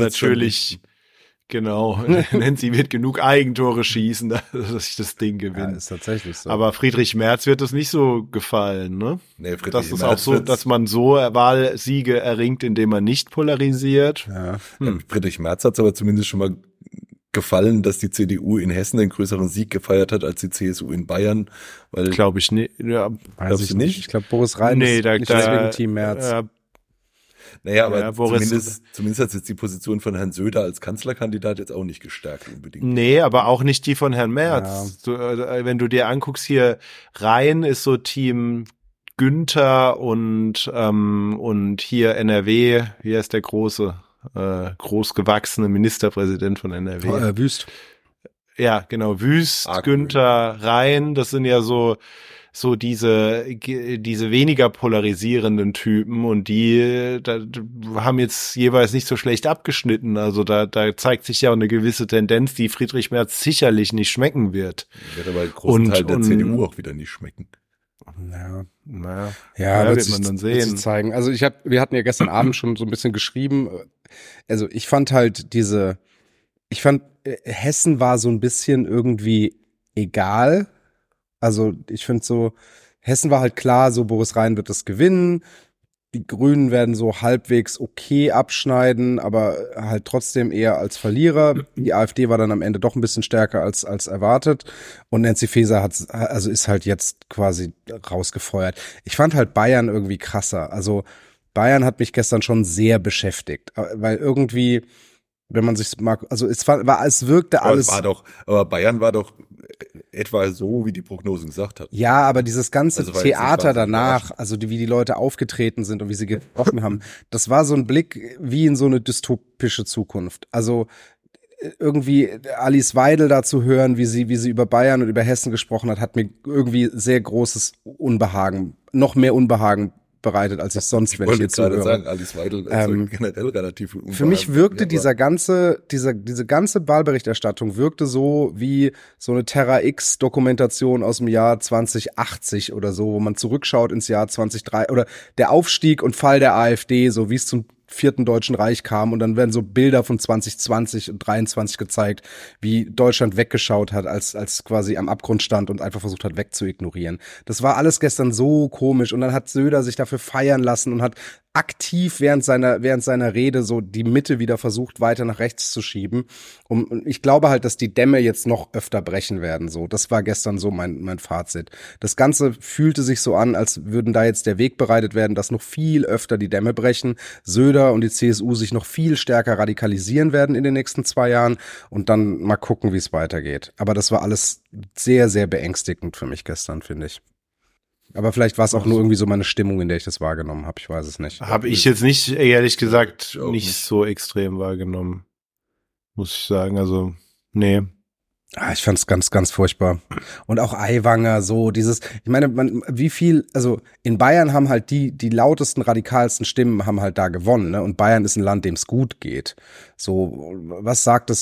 genau, Nancy wird genug Eigentore schießen, dass ich das Ding gewinne. Ja, ist tatsächlich so. Aber Friedrich Merz wird das nicht so gefallen, ne? Nee, das ist auch so, dass man so Wahlsiege erringt, indem man nicht polarisiert. Ja. Friedrich Merz hat es aber zumindest schon mal gefallen, dass die CDU in Hessen einen größeren Sieg gefeiert hat als die CSU in Bayern? Weil Glaube ich nicht. Ja, Weiß ich nicht. Ich glaube, Boris Rhein nee, ist nicht deswegen Team Merz. naja, aber Ja, Boris- zumindest hat jetzt die Position von Herrn Söder als Kanzlerkandidat jetzt auch nicht gestärkt unbedingt. Nee, aber auch nicht die von Herrn Merz. Du, wenn du dir anguckst, hier Rhein ist so Team Günther und hier NRW, wie heißt der großgewachsene Ministerpräsident von NRW? Wüst. Ja, genau, Wüst, Günther, Rhein, das sind ja so diese weniger polarisierenden Typen und die haben jetzt jeweils nicht so schlecht abgeschnitten. Also da zeigt sich ja auch eine gewisse Tendenz, die Friedrich Merz sicherlich nicht schmecken wird. Wird aber einen großen Teil der CDU auch wieder nicht schmecken. Ja, wird man dann sehen. Wird sich zeigen. Also wir hatten ja gestern Abend schon so ein bisschen geschrieben. Also ich fand Hessen war so ein bisschen irgendwie egal. Also ich finde so, Hessen war halt klar, so Boris Rhein wird das gewinnen. Die Grünen werden so halbwegs okay abschneiden, aber halt trotzdem eher als Verlierer. Die AfD war dann am Ende doch ein bisschen stärker als erwartet. Und Nancy Faeser ist halt jetzt quasi rausgefeuert. Ich fand halt Bayern irgendwie krasser. Also Bayern hat mich gestern schon sehr beschäftigt, weil irgendwie, wenn man sich mag, also es wirkte alles. Aber Bayern war doch etwa so, wie die Prognosen gesagt hat. Ja, aber dieses ganze Also Theater danach, also wie die Leute aufgetreten sind und wie sie gesprochen haben, das war so ein Blick wie in so eine dystopische Zukunft. Also irgendwie Alice Weidel da zu hören, wie sie über Bayern und über Hessen gesprochen hat mir irgendwie sehr großes Unbehagen, noch mehr Unbehagen bereitet, als ich sonst, wenn ich hier zuhöre. Sagen, Alice Weidel generell relativ für mich wirkte diese ganze Wahlberichterstattung wirkte so wie so eine Terra X Dokumentation aus dem Jahr 2080 oder so, wo man zurückschaut ins Jahr 2003 oder der Aufstieg und Fall der AfD, so wie es zum Vierten Deutschen Reich kam und dann werden so Bilder von 2020 und 23 gezeigt, wie Deutschland weggeschaut hat, als quasi am Abgrund stand und einfach versucht hat wegzuignorieren. Das war alles gestern so komisch und dann hat Söder sich dafür feiern lassen und hat aktiv während seiner Rede so die Mitte wieder versucht, weiter nach rechts zu schieben. Und ich glaube halt, dass die Dämme jetzt noch öfter brechen werden. So, das war gestern so mein Fazit. Das Ganze fühlte sich so an, als würden da jetzt der Weg bereitet werden, dass noch viel öfter die Dämme brechen. Söder und die CSU sich noch viel stärker radikalisieren werden in den nächsten 2 Jahren und dann mal gucken, wie es weitergeht. Aber das war alles sehr, sehr beängstigend für mich gestern, finde ich. Aber vielleicht war es auch nur irgendwie so meine Stimmung, in der ich das wahrgenommen habe. Ich weiß es nicht. Habe ich jetzt nicht, ehrlich gesagt, nicht so extrem wahrgenommen. Muss ich sagen. Also, nee. Ich fand's ganz, ganz furchtbar. Und auch Aiwanger, so dieses, ich meine, also in Bayern haben halt die lautesten, radikalsten Stimmen haben halt da gewonnen, ne? Und Bayern ist ein Land, dem es gut geht. So, was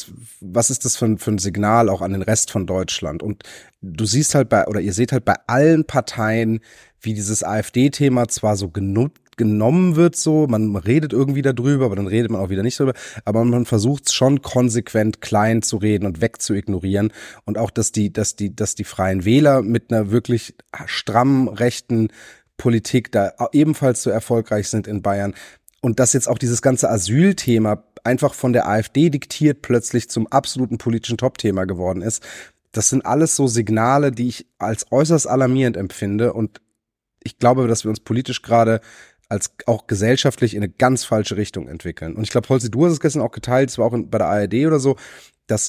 ist das für ein Signal auch an den Rest von Deutschland? Und du siehst halt ihr seht halt bei allen Parteien, wie dieses AfD-Thema zwar so genommen wird, so, man redet irgendwie darüber, aber dann redet man auch wieder nicht darüber, aber man versucht es schon konsequent klein zu reden und wegzuignorieren und auch, dass die Freien Wähler mit einer wirklich strammen rechten Politik da ebenfalls so erfolgreich sind in Bayern und dass jetzt auch dieses ganze Asylthema einfach von der AfD diktiert plötzlich zum absoluten politischen Topthema geworden ist. Das sind alles so Signale, die ich als äußerst alarmierend empfinde und ich glaube, dass wir uns politisch gerade als auch gesellschaftlich in eine ganz falsche Richtung entwickeln. Und ich glaube, Holzi, du hast es gestern auch geteilt, es war auch bei der ARD oder so, dass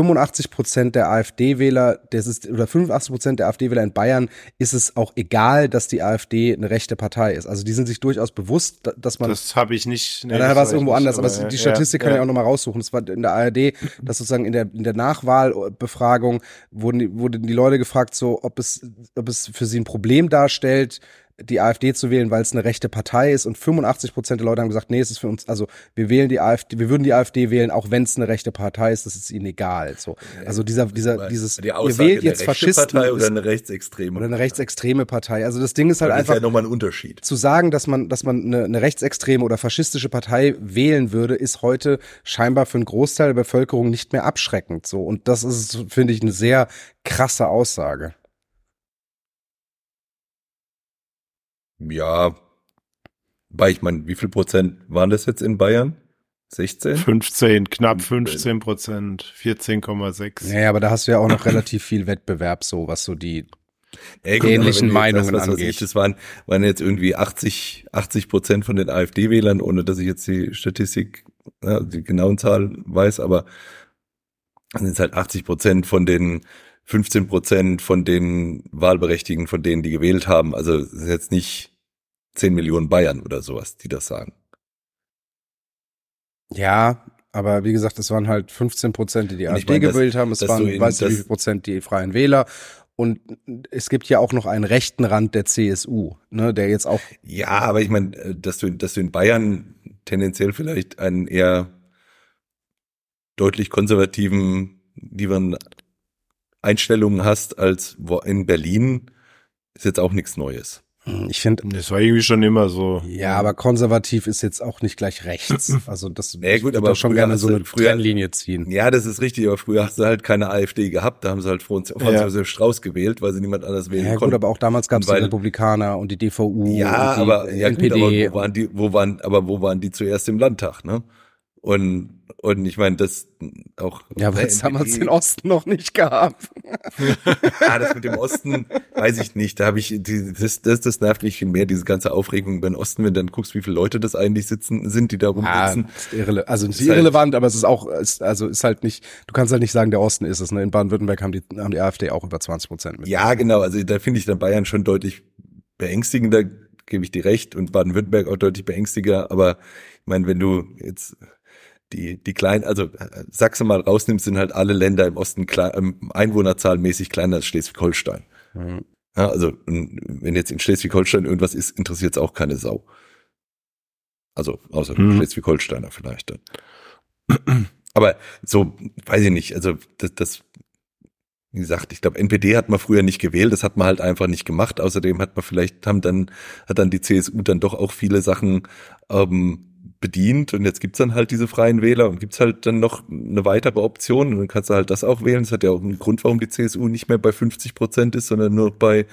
85% der AfD-Wähler, oder 85% der AfD-Wähler in Bayern ist es auch egal, dass die AfD eine rechte Partei ist. Also die sind sich durchaus bewusst, dass man. Das habe ich nicht. Nee, da war es irgendwo anders, aber die Statistik kann ich auch nochmal raussuchen. Das war in der ARD, dass sozusagen in der Nachwahlbefragung wurden die Leute gefragt, so ob es für sie ein Problem darstellt, die AfD zu wählen, weil es eine rechte Partei ist und 85% der Leute haben gesagt, nee, es ist für uns, also wir würden die AfD wählen, auch wenn es eine rechte Partei ist, das ist ihnen egal. So. Also dieses, ihr wählt jetzt Faschisten Partei oder eine rechtsextreme oder eine rechtsextreme Partei. Also das Ding ist halt einfach, das ist ja nochmal ein Unterschied. Zu sagen, dass man eine rechtsextreme oder faschistische Partei wählen würde, ist heute scheinbar für einen Großteil der Bevölkerung nicht mehr abschreckend. So. Und das ist, finde ich, eine sehr krasse Aussage. Ja, weil ich meine, wie viel Prozent waren das jetzt in Bayern? 16? 15, knapp 15%, 14,6. Naja, aber da hast du ja auch noch relativ viel Wettbewerb, so was so die Gut, ähnlichen aber wenn du jetzt Meinungen sagst, was weiß angeht. ich, das waren jetzt irgendwie 80% von den AfD-Wählern, ohne dass ich jetzt die Statistik, die genauen Zahlen weiß, aber dann sind es halt 80% von den 15% von den Wahlberechtigten, von denen die gewählt haben. Also es ist jetzt nicht 10 Millionen Bayern oder sowas, die das sagen. Ja, aber wie gesagt, es waren halt 15%, die Und ich AfD meine, gewählt haben. Es dass waren, du weißt du, wie viel Prozent die Freien Wähler. Und es gibt ja auch noch einen rechten Rand der CSU, ne, der jetzt auch. Ja, aber ich meine, dass du in Bayern tendenziell vielleicht einen eher deutlich konservativen, lieberen Einstellungen hast als in Berlin, ist jetzt auch nichts Neues. Ich finde, Das war irgendwie schon immer so. ja, aber konservativ ist jetzt auch nicht gleich rechts. Also das Ja, gut, ich aber doch schon früher gerne hast so du- eine früher- Trennlinie ziehen. Ja, das ist richtig, aber früher hast du halt keine AfD gehabt, da haben sie halt Franz Josef Strauß gewählt, weil sie niemand anders wählen Ja gut, konnten. aber auch damals gab es die Weil- Republikaner und die DVU Ja, und die aber NPD. wo waren die zuerst im Landtag, ne? Und ich meine, das auch Ja, weil es damals den Osten noch nicht gab. das mit dem Osten, weiß ich nicht. Da habe ich das nervt mich viel mehr, diese ganze Aufregung über den Osten, wenn du dann guckst, wie viele Leute das eigentlich sind, die da rumsitzen. Also nicht Ist halt- irrelevant, aber es ist auch, ist halt nicht, du kannst halt nicht sagen, der Osten ist es. Ne? In Baden-Württemberg haben die AfD auch über 20% mit. Ja, genau. Also da finde ich dann Bayern schon deutlich beängstigender, gebe ich dir recht, und Baden-Württemberg auch deutlich beängstigender. Aber ich meine, wenn du jetzt die kleinen, also Sachsen mal rausnimmst, sind halt alle Länder im Osten einwohnerzahlmäßig kleiner als Schleswig-Holstein. Mhm. Ja, also wenn jetzt in Schleswig-Holstein irgendwas ist, interessiert es auch keine Sau. Also außer Schleswig-Holsteiner vielleicht dann. Aber so, weiß ich nicht, also das wie gesagt, ich glaube, NPD hat man früher nicht gewählt, das hat man halt einfach nicht gemacht. Außerdem hat dann die CSU dann doch auch viele Sachen bedient, und jetzt gibt's dann halt diese Freien Wähler und gibt's halt dann noch eine weitere Option, und dann kannst du halt das auch wählen. Das hat ja auch einen Grund, warum die CSU nicht mehr bei 50% ist, sondern nur bei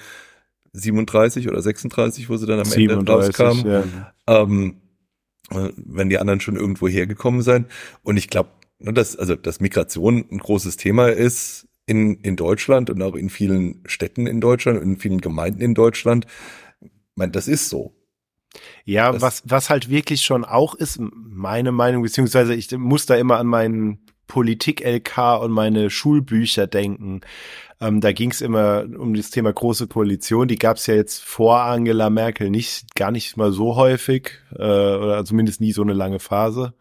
37 oder 36, wo sie dann am 37, Ende rauskamen. ja. Wenn die anderen schon irgendwo hergekommen sein. Und ich glaube, dass Migration ein großes Thema ist in Deutschland und auch in vielen Städten in Deutschland und in vielen Gemeinden in Deutschland. Ich meine, das ist so. Ja, was halt wirklich schon auch ist, meine Meinung, beziehungsweise ich muss da immer an meinen Politik-LK und meine Schulbücher denken. Da ging es immer um das Thema Große Koalition. Die gab es ja jetzt vor Angela Merkel gar nicht mal so häufig, oder zumindest nie so eine lange Phase.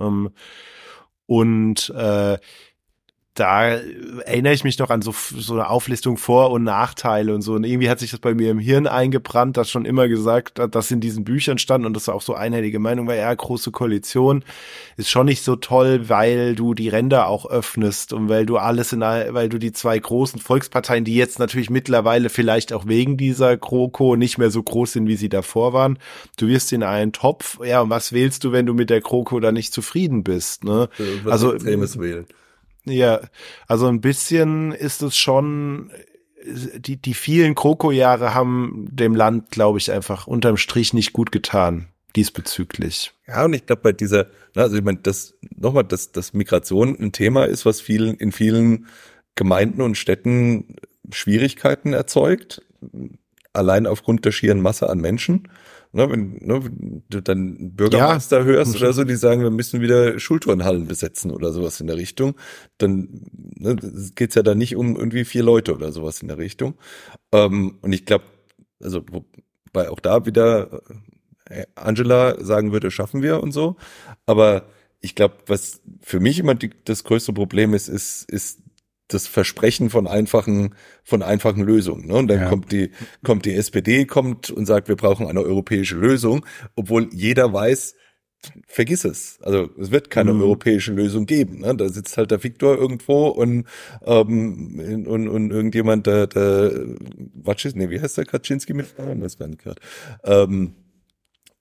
Da erinnere ich mich noch an so eine Auflistung Vor- und Nachteile und so. Und irgendwie hat sich das bei mir im Hirn eingebrannt, dass schon immer gesagt hat, dass in diesen Büchern stand, und das war auch so einhellige Meinung war, ja, Große Koalition ist schon nicht so toll, weil du die Ränder auch öffnest und weil du weil du die zwei großen Volksparteien, die jetzt natürlich mittlerweile vielleicht auch wegen dieser GroKo nicht mehr so groß sind, wie sie davor waren, du wirst in einen Topf, ja, und was wählst du, wenn du mit der GroKo da nicht zufrieden bist, ne? Also Extremes wählen. Ja, also ein bisschen ist es schon, die vielen GroKo-Jahre haben dem Land, glaube ich, einfach unterm Strich nicht gut getan, diesbezüglich. Ja, und ich glaube bei also ich meine, dass Migration ein Thema ist, was in vielen Gemeinden und Städten Schwierigkeiten erzeugt, allein aufgrund der schieren Masse an Menschen. Wenn du dann Bürgermeister hörst oder so, die sagen, wir müssen wieder Schulturnhallen besetzen oder sowas in der Richtung, dann geht's ja da nicht um irgendwie 4 Leute oder sowas in der Richtung. Und ich glaube, also wobei auch da wieder Angela sagen würde, schaffen wir und so. Aber ich glaube, was für mich immer das größte Problem ist das Versprechen von einfachen Lösungen. Ne? Und dann kommt die SPD und sagt, wir brauchen eine europäische Lösung, obwohl jeder weiß, vergiss es. Also es wird keine europäische Lösung geben. Ne? Da sitzt halt der Viktor irgendwo und irgendjemand, wie heißt der, Kaczynski mit? Das gar nicht gehört.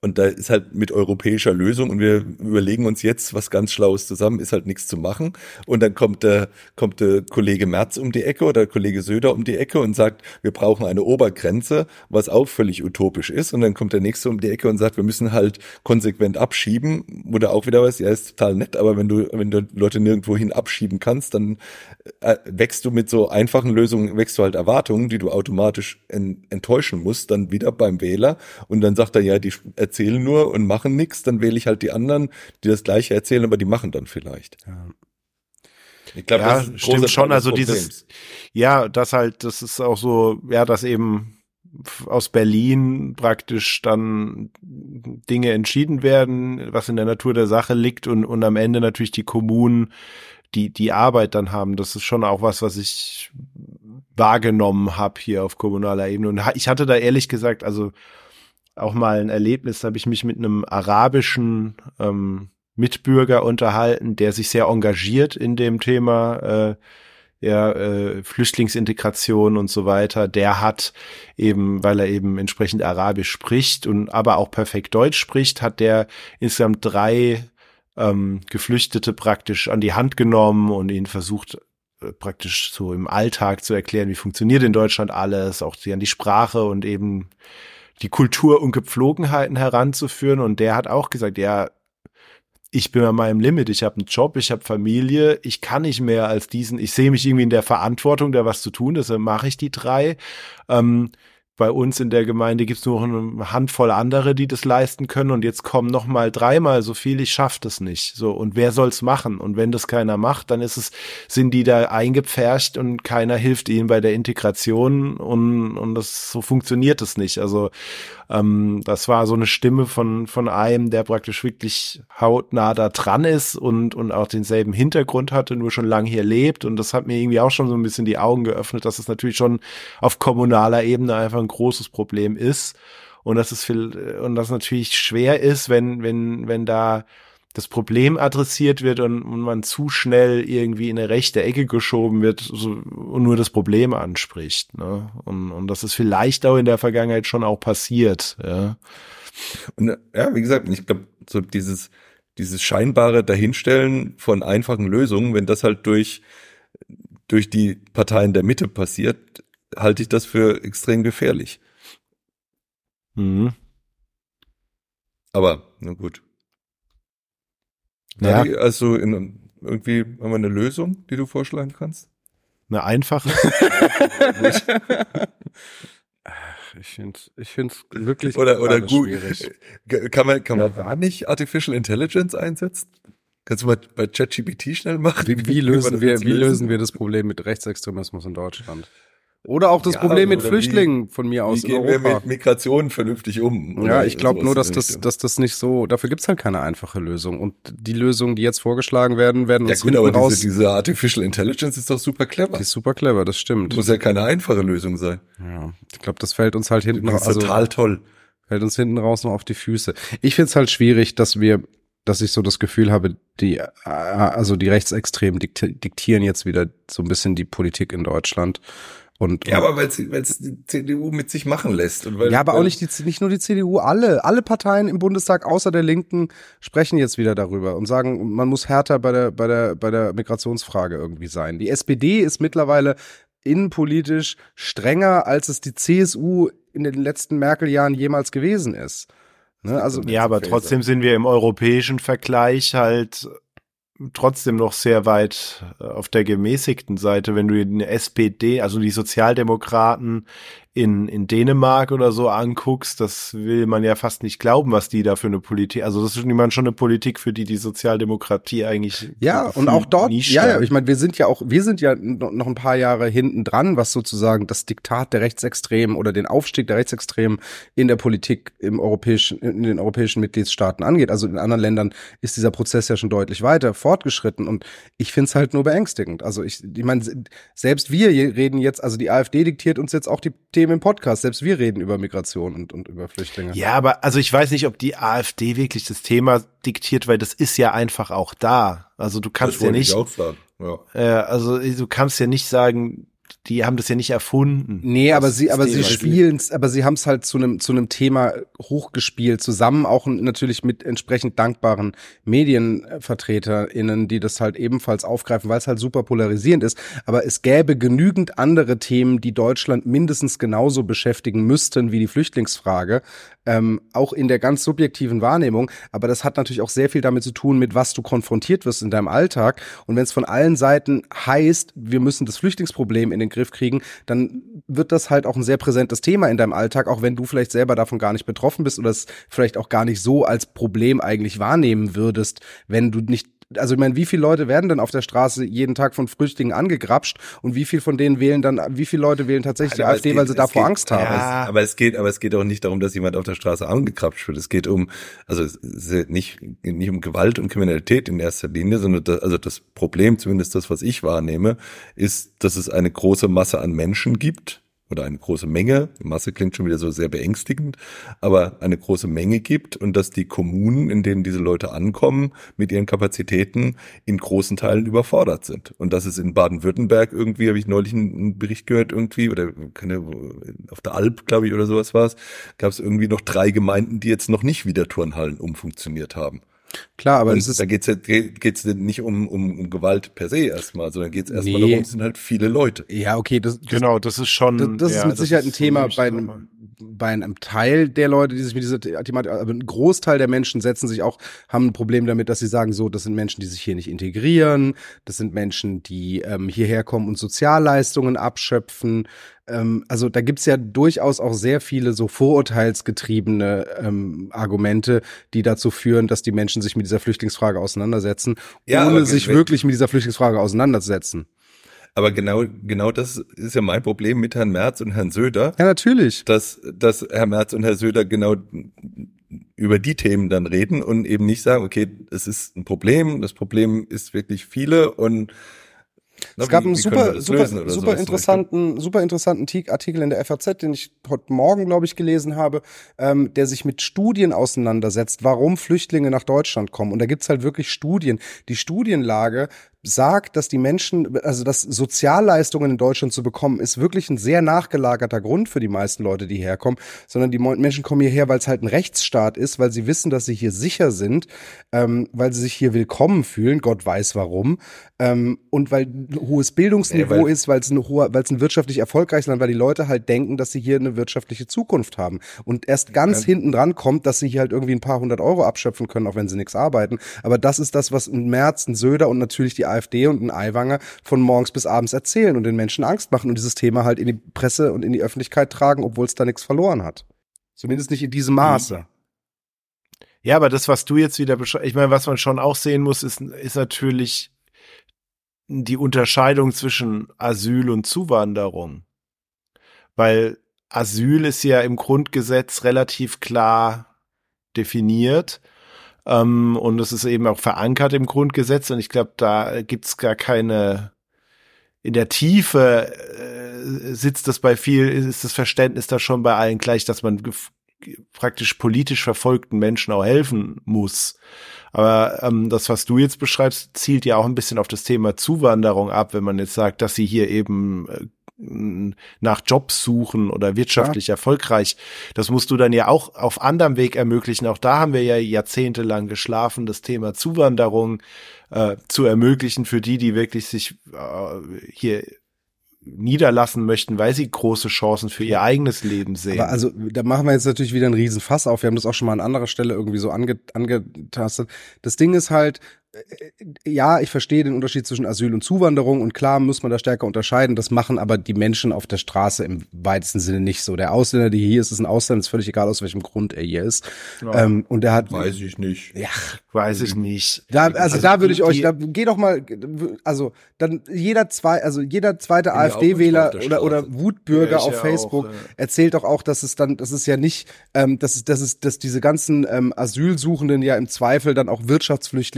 Und da ist halt mit europäischer Lösung und wir überlegen uns jetzt was ganz Schlaues zusammen, ist halt nichts zu machen. Und dann kommt der Kollege Merz um die Ecke oder der Kollege Söder um die Ecke und sagt, wir brauchen eine Obergrenze, was auch völlig utopisch ist. Und dann kommt der Nächste um die Ecke und sagt, wir müssen halt konsequent abschieben. Oder auch wieder was, ja, ist total nett, aber wenn du Leute nirgendwo hin abschieben kannst, dann wächst du mit so einfachen Lösungen, wächst du halt Erwartungen, die du automatisch enttäuschen musst, dann wieder beim Wähler. Und dann sagt er, ja, die erzählen nur und machen nichts, dann wähle ich halt die anderen, die das Gleiche erzählen, aber die machen dann vielleicht. Ja. Ich glaube, ja, das ist stimmt schon, also Problems. dieses, ja, das ist auch so, ja, dass eben aus Berlin praktisch dann Dinge entschieden werden, was in der Natur der Sache liegt und am Ende natürlich die Kommunen die Arbeit dann haben. Das ist schon auch was ich wahrgenommen habe hier auf kommunaler Ebene. Und ich hatte da ehrlich gesagt, also auch mal ein Erlebnis, da habe ich mich mit einem arabischen Mitbürger unterhalten, der sich sehr engagiert in dem Thema Flüchtlingsintegration und so weiter. Der hat eben, weil er eben entsprechend Arabisch spricht und aber auch perfekt Deutsch spricht, hat der insgesamt 3 Geflüchtete praktisch an die Hand genommen und ihnen versucht praktisch so im Alltag zu erklären, wie funktioniert in Deutschland alles, auch sie an die Sprache und eben die Kultur und Gepflogenheiten heranzuführen. Und der hat auch gesagt, ja, ich bin an meinem Limit, ich habe einen Job, ich habe Familie, ich kann nicht mehr als diesen, ich sehe mich irgendwie in der Verantwortung, da was zu tun, deshalb mache ich die 3. Bei uns in der Gemeinde gibt's nur eine Handvoll andere, die das leisten können und jetzt kommen noch mal 3-mal so viel, ich schaff das nicht. So, und wer soll's machen? Und wenn das keiner macht, dann sind die da eingepfercht und keiner hilft ihnen bei der Integration und so funktioniert es nicht. Also das war so eine Stimme von einem, der praktisch wirklich hautnah da dran ist und auch denselben Hintergrund hatte, nur schon lange hier lebt. Und das hat mir irgendwie auch schon so ein bisschen die Augen geöffnet, dass es natürlich schon auf kommunaler Ebene einfach ein großes Problem ist. Und dass das natürlich schwer ist, wenn da das Problem adressiert wird und man zu schnell irgendwie in eine rechte Ecke geschoben wird und nur das Problem anspricht. Ne? Und das ist vielleicht auch in der Vergangenheit schon auch passiert. Ja, und ja, wie gesagt, ich glaube, so dieses scheinbare Dahinstellen von einfachen Lösungen, wenn das halt durch die Parteien der Mitte passiert, halte ich das für extrem gefährlich. Mhm. Aber, na gut. Ja. Also irgendwie haben wir eine Lösung, die du vorschlagen kannst? Eine einfache? Ich finde wirklich oder gut. schwierig. Kann man da nicht Artificial Intelligence einsetzen? Kannst du mal bei ChatGPT schnell machen? Wie lösen wir das Problem mit Rechtsextremismus in Deutschland? Oder auch das Problem mit Flüchtlingen von mir aus in Europa. Wie gehen wir mit Migration vernünftig um? Ja, ich glaube nur, dass das nicht so, dafür gibt's halt keine einfache Lösung. Und die Lösungen, die jetzt vorgeschlagen werden uns hinten raus. Ja gut, aber diese Artificial Intelligence ist doch super clever. Die ist super clever, das stimmt. Muss ja keine einfache Lösung sein. Ja, ich glaube, das fällt uns halt hinten raus. Das ist total toll. Fällt uns hinten raus noch auf die Füße. Ich find's halt schwierig, dass ich so das Gefühl habe, die Rechtsextremen diktieren jetzt wieder so ein bisschen die Politik in Deutschland. Aber weil es die CDU mit sich machen lässt. Und aber auch nicht nur die CDU, alle Parteien im Bundestag außer der Linken sprechen jetzt wieder darüber und sagen, man muss härter bei der Migrationsfrage irgendwie sein. Die SPD ist mittlerweile innenpolitisch strenger, als es die CSU in den letzten Merkel-Jahren jemals gewesen ist. Ne? Also, ja, aber trotzdem sind wir im europäischen Vergleich halt trotzdem noch sehr weit auf der gemäßigten Seite, wenn du die SPD, also die Sozialdemokraten in Dänemark oder so anguckst, das will man ja fast nicht glauben, was die da für eine Politik, also das ist schon eine Politik, für die Sozialdemokratie eigentlich und auch dort, ich meine, wir sind ja noch ein paar Jahre hinten dran, was sozusagen das Diktat der Rechtsextremen oder den Aufstieg der Rechtsextremen in der Politik in den europäischen Mitgliedstaaten angeht. Also in anderen Ländern ist dieser Prozess ja schon deutlich weiter fortgeschritten und ich finde es halt nur beängstigend. Also ich meine, selbst wir reden jetzt, also die AfD diktiert uns jetzt auch die Themen im Podcast. Selbst wir reden über Migration und über Flüchtlinge. Ja, aber also ich weiß nicht, ob die AfD wirklich das Thema diktiert, weil das ist ja einfach auch da. Also du kannst ja nicht, auch sagen. Ja. Also du kannst ja nicht sagen, die haben das ja nicht erfunden. Nee, aber sie spielen's, aber sie haben es halt zu einem Thema hochgespielt, zusammen auch natürlich mit entsprechend dankbaren MedienvertreterInnen, die das halt ebenfalls aufgreifen, weil es halt super polarisierend ist. Aber es gäbe genügend andere Themen, die Deutschland mindestens genauso beschäftigen müssten wie die Flüchtlingsfrage, auch in der ganz subjektiven Wahrnehmung. Aber das hat natürlich auch sehr viel damit zu tun, mit was du konfrontiert wirst in deinem Alltag. Und wenn es von allen Seiten heißt, wir müssen das Flüchtlingsproblem in den Griff kriegen, dann wird das halt auch ein sehr präsentes Thema in deinem Alltag, auch wenn du vielleicht selber davon gar nicht betroffen bist oder es vielleicht auch gar nicht so als Problem eigentlich wahrnehmen würdest, wenn du nicht. Also ich meine, wie viele Leute werden denn auf der Straße jeden Tag von Flüchtlingen angegrapscht und wie viele von denen wie viele Leute wählen tatsächlich die AfD, weil sie davor Angst haben? Ja. Aber es geht auch nicht darum, dass jemand auf der Straße angegrapscht wird. Es geht nicht um Gewalt und Kriminalität in erster Linie, sondern das Problem, zumindest das, was ich wahrnehme, ist, dass es eine große Masse an Menschen gibt, oder eine große Menge, Masse klingt schon wieder so sehr beängstigend, aber eine große Menge gibt und dass die Kommunen, in denen diese Leute ankommen, mit ihren Kapazitäten in großen Teilen überfordert sind. Und das ist in Baden-Württemberg irgendwie, habe ich neulich einen Bericht gehört irgendwie, oder auf der Alp, glaube ich, oder sowas war es, gab es irgendwie noch 3 Gemeinden, die jetzt noch nicht wieder Turnhallen umfunktioniert haben. Klar, aber da geht's nicht um Gewalt per se erstmal, sondern geht's erstmal darum, es sind halt viele Leute. Ja, okay, das ist schon. Das ist mit Sicherheit ein Thema bei einem Teil der Leute, die sich mit dieser Thematik, aber ein Großteil der Menschen haben ein Problem damit, dass sie sagen, so, das sind Menschen, die sich hier nicht integrieren, das sind Menschen, die hierher kommen und Sozialleistungen abschöpfen. Also da gibt's ja durchaus auch sehr viele so vorurteilsgetriebene Argumente, die dazu führen, dass die Menschen sich mit dieser Flüchtlingsfrage auseinandersetzen, ohne sich wirklich mit dieser Flüchtlingsfrage auseinandersetzen. Aber genau das ist ja mein Problem mit Herrn Merz und Herrn Söder. Ja, natürlich. Dass Herr Merz und Herr Söder genau über die Themen dann reden und eben nicht sagen, okay, es ist ein Problem, das Problem ist wirklich viele und es gab einen super interessanten Artikel in der FAZ, den ich heute Morgen, glaube ich, gelesen habe, der sich mit Studien auseinandersetzt, warum Flüchtlinge nach Deutschland kommen. Und da gibt's halt wirklich Studien. Die Studienlage sagt, dass die Menschen, also dass Sozialleistungen in Deutschland zu bekommen, ist wirklich ein sehr nachgelagerter Grund für die meisten Leute, die herkommen, sondern die Menschen kommen hierher, weil es halt ein Rechtsstaat ist, weil sie wissen, dass sie hier sicher sind, weil sie sich hier willkommen fühlen, Gott weiß warum, und weil ein hohes Bildungsniveau ist, weil es ein wirtschaftlich erfolgreiches Land, weil die Leute halt denken, dass sie hier eine wirtschaftliche Zukunft haben. Und erst ganz hinten dran kommt, dass sie hier halt irgendwie ein paar 100 Euro abschöpfen können, auch wenn sie nichts arbeiten. Aber das ist das, was ein Merz, ein Söder und natürlich die AfD und ein Aiwanger von morgens bis abends erzählen und den Menschen Angst machen und dieses Thema halt in die Presse und in die Öffentlichkeit tragen, obwohl es da nichts verloren hat. Zumindest nicht in diesem Maße. Ja, aber das, was du jetzt wieder beschreibst, ich meine, was man schon auch sehen muss, ist natürlich die Unterscheidung zwischen Asyl und Zuwanderung. Weil Asyl ist ja im Grundgesetz relativ klar definiert. Und es ist eben auch verankert im Grundgesetz und ich glaube, da gibt's gar keine, in der Tiefe ist das Verständnis da schon bei allen gleich, dass man praktisch politisch verfolgten Menschen auch helfen muss. Aber das, was du jetzt beschreibst, zielt ja auch ein bisschen auf das Thema Zuwanderung ab, wenn man jetzt sagt, dass sie hier eben nach Jobs suchen oder wirtschaftlich erfolgreich. Das musst du dann ja auch auf anderem Weg ermöglichen. Auch da haben wir ja jahrzehntelang geschlafen, das Thema Zuwanderung zu ermöglichen für die wirklich sich hier niederlassen möchten, weil sie große Chancen für ihr eigenes Leben sehen. Aber also, da machen wir jetzt natürlich wieder einen Riesenfass auf. Wir haben das auch schon mal an anderer Stelle irgendwie so angetastet. Das Ding ist halt, ja, ich verstehe den Unterschied zwischen Asyl und Zuwanderung und klar muss man da stärker unterscheiden. Das machen aber die Menschen auf der Straße im weitesten Sinne nicht so. Der Ausländer, der hier ist ein Ausländer, ist völlig egal, aus welchem Grund er hier ist. Ja. Und er hat. Weiß ich nicht. Ja. Weiß ich nicht. Da würde ich euch, geh doch mal, also dann jeder zweite AfD-Wähler oder Wutbürger auf Facebook erzählt doch auch, dass es ja nicht, dass diese ganzen Asylsuchenden ja im Zweifel dann auch Wirtschaftsflüchtlinge sind. Also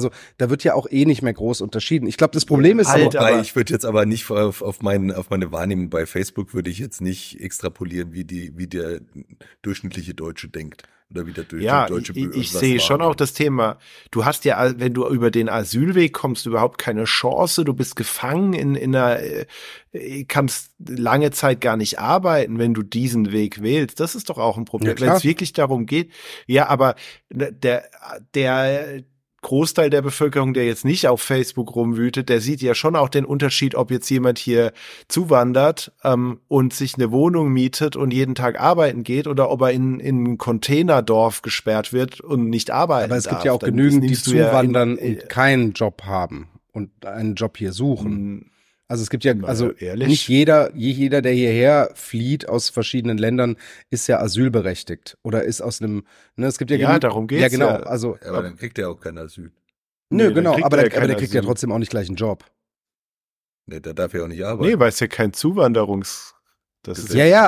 Also da wird ja auch eh nicht mehr groß unterschieden. Ich glaube, das Problem ist aber ich würde jetzt aber nicht auf meine Wahrnehmung bei Facebook würde ich jetzt nicht extrapolieren, wie der durchschnittliche Deutsche denkt. Oder wie der deutsche ich sehe schon auch das Thema, du hast ja, wenn du über den Asylweg kommst, überhaupt keine Chance, du bist gefangen in einer, kannst lange Zeit gar nicht arbeiten, wenn du diesen Weg wählst. Das ist doch auch ein Problem, wenn es wirklich darum geht. Ja, aber der Großteil der Bevölkerung, der jetzt nicht auf Facebook rumwütet, der sieht ja schon auch den Unterschied, ob jetzt jemand hier zuwandert und sich eine Wohnung mietet und jeden Tag arbeiten geht oder ob er in ein Containerdorf gesperrt wird und nicht arbeiten darf. Aber es gibt ja auch genügend, die zuwandern und keinen Job haben und einen Job hier suchen. Also es gibt ja, also nicht jeder, der hierher flieht aus verschiedenen Ländern, ist ja asylberechtigt oder ist aus einem, ne, es gibt ja darum geht's. Ja, genau, also. Aber dann kriegt er auch kein Asyl. Nö, genau, aber der kriegt ja trotzdem auch nicht gleich einen Job. Ne, der darf ja auch nicht arbeiten. Nee, weil es ja kein das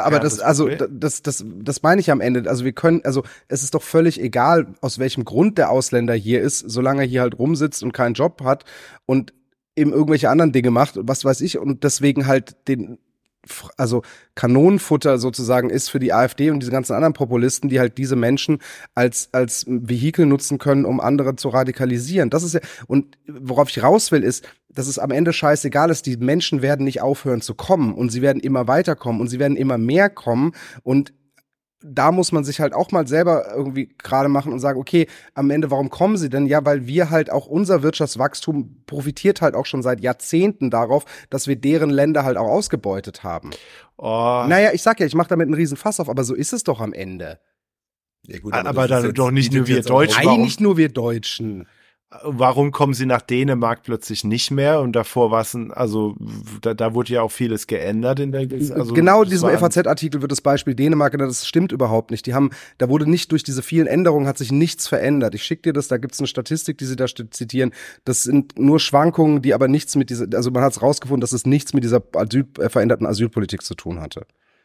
meine ich am Ende. Also es ist doch völlig egal, aus welchem Grund der Ausländer hier ist, solange er hier halt rumsitzt und keinen Job hat und eben irgendwelche anderen Dinge macht, was weiß ich, und deswegen halt Kanonenfutter sozusagen ist für die AfD und diese ganzen anderen Populisten, die halt diese Menschen als Vehikel nutzen können, um andere zu radikalisieren. Das ist ja, und worauf ich raus will, ist, dass es am Ende scheißegal ist, die Menschen werden nicht aufhören zu kommen und sie werden immer weiterkommen und sie werden immer mehr kommen und da muss man sich halt auch mal selber irgendwie gerade machen und sagen, okay, am Ende, warum kommen sie denn? Ja, weil wir halt auch, unser Wirtschaftswachstum profitiert halt auch schon seit Jahrzehnten darauf, dass wir deren Länder halt auch ausgebeutet haben. Naja, ich sag ja, ich mache damit einen riesen Fass auf, aber so ist es doch am Ende. Ja, gut, aber dann doch nicht nur wir Deutschen. Nein, nicht nur wir Deutschen. Warum kommen sie nach Dänemark plötzlich nicht mehr? Und davor war es, da wurde ja auch vieles geändert in der, genau in diesem FAZ-Artikel wird das Beispiel Dänemark genannt, das stimmt überhaupt nicht. Da wurde nicht durch diese vielen Änderungen hat sich nichts verändert. Ich schicke dir das, da gibt's eine Statistik, die sie da zitieren. Das sind nur Schwankungen, die aber nichts mit dieser, also man hat es rausgefunden, dass es nichts mit dieser veränderten Asylpolitik zu tun hatte.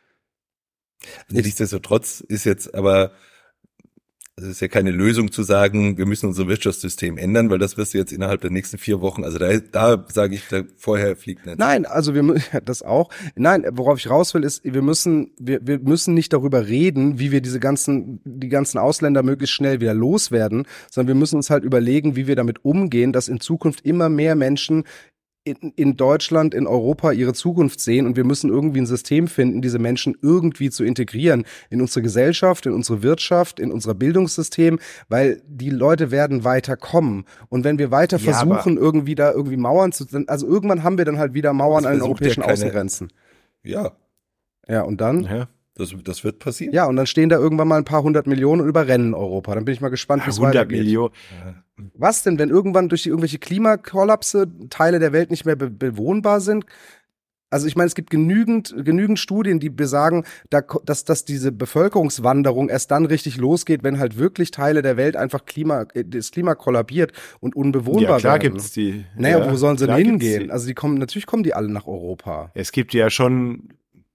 Nichtsdestotrotz ist jetzt aber, es ist ja keine Lösung zu sagen, wir müssen unser Wirtschaftssystem ändern, weil das wirst du jetzt innerhalb der nächsten 4 Wochen, also da sage ich, vorher fliegt nicht. Nein, also das auch. Nein, worauf ich raus will, ist, wir müssen nicht darüber reden, wie wir die ganzen Ausländer möglichst schnell wieder loswerden, sondern wir müssen uns halt überlegen, wie wir damit umgehen, dass in Zukunft immer mehr Menschen in Deutschland, in Europa ihre Zukunft sehen und wir müssen irgendwie ein System finden, diese Menschen irgendwie zu integrieren in unsere Gesellschaft, in unsere Wirtschaft, in unser Bildungssystem, weil die Leute werden weiterkommen und wenn wir weiter versuchen, irgendwie Mauern also irgendwann haben wir dann halt wieder Mauern an den europäischen Außengrenzen. Ja. Ja, und dann? Ja. Das wird passieren. Ja, und dann stehen da irgendwann mal ein paar 100 Millionen und überrennen Europa. Dann bin ich mal gespannt, wie es weitergeht. 100 Millionen. Was denn, wenn irgendwann durch irgendwelche Klimakollapse Teile der Welt nicht mehr bewohnbar sind? Also ich meine, es gibt genügend Studien, die besagen, dass diese Bevölkerungswanderung erst dann richtig losgeht, wenn halt wirklich Teile der Welt einfach das Klima kollabiert und unbewohnbar werden. Ja, klar gibt's die. Naja, wo sollen sie denn hingehen? Also natürlich kommen die alle nach Europa. Es gibt ja schon,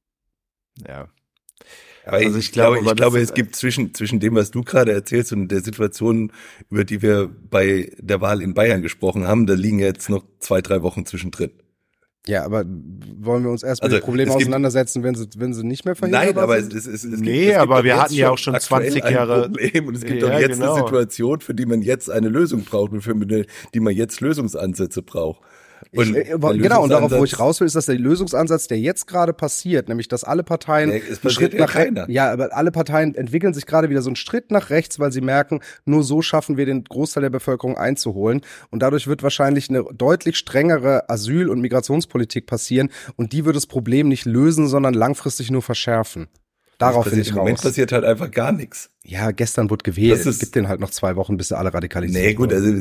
ja. Aber also ich glaube, es gibt zwischen dem, was du gerade erzählst und der Situation, über die wir bei der Wahl in Bayern gesprochen haben, da liegen jetzt noch 2-3 Wochen zwischendrin. Ja, aber wollen wir uns erst mit dem Problem auseinandersetzen, wenn sie nicht mehr verhindern? Nein, aber aber wir hatten ja auch schon 20 Jahre ein Problem und es gibt auch jetzt eine Situation, für die man jetzt eine Lösung braucht und für die man jetzt Lösungsansätze braucht. Und darauf, wo ich raus will, ist, dass der Lösungsansatz, der jetzt gerade passiert, nämlich, dass alle Parteien aber alle Parteien entwickeln sich gerade wieder so einen Schritt nach rechts, weil sie merken, nur so schaffen wir den Großteil der Bevölkerung einzuholen und dadurch wird wahrscheinlich eine deutlich strengere Asyl- und Migrationspolitik passieren und die wird das Problem nicht lösen, sondern langfristig nur verschärfen. Darauf will ich raus. Im Moment passiert halt einfach gar nichts. Ja, gestern wurde gewählt. Es gibt denen halt noch 2 Wochen, bis sie alle radikalisiert Nee, gut, also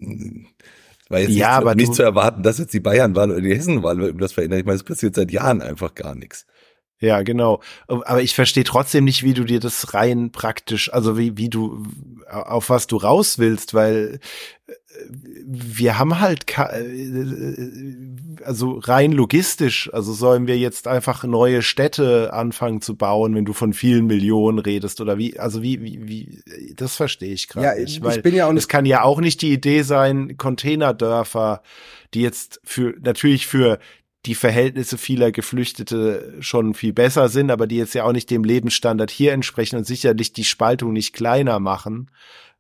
war jetzt nicht zu erwarten, dass jetzt die Bayernwahl oder die Hessenwahl das verändert. Ich meine, es passiert seit Jahren einfach gar nichts. Ja, genau. Aber ich verstehe trotzdem nicht, wie du dir das rein praktisch, also wie du, auf was du raus willst, weil wir haben halt, also rein logistisch, also sollen wir jetzt einfach neue Städte anfangen zu bauen, wenn du von vielen Millionen redest oder wie, also wie, das verstehe ich gerade nicht, weil ich bin ja auch nicht, es kann ja auch nicht die Idee sein, Containerdörfer, die jetzt natürlich für die Verhältnisse vieler Geflüchtete schon viel besser sind, aber die jetzt ja auch nicht dem Lebensstandard hier entsprechen und sicherlich die Spaltung nicht kleiner machen,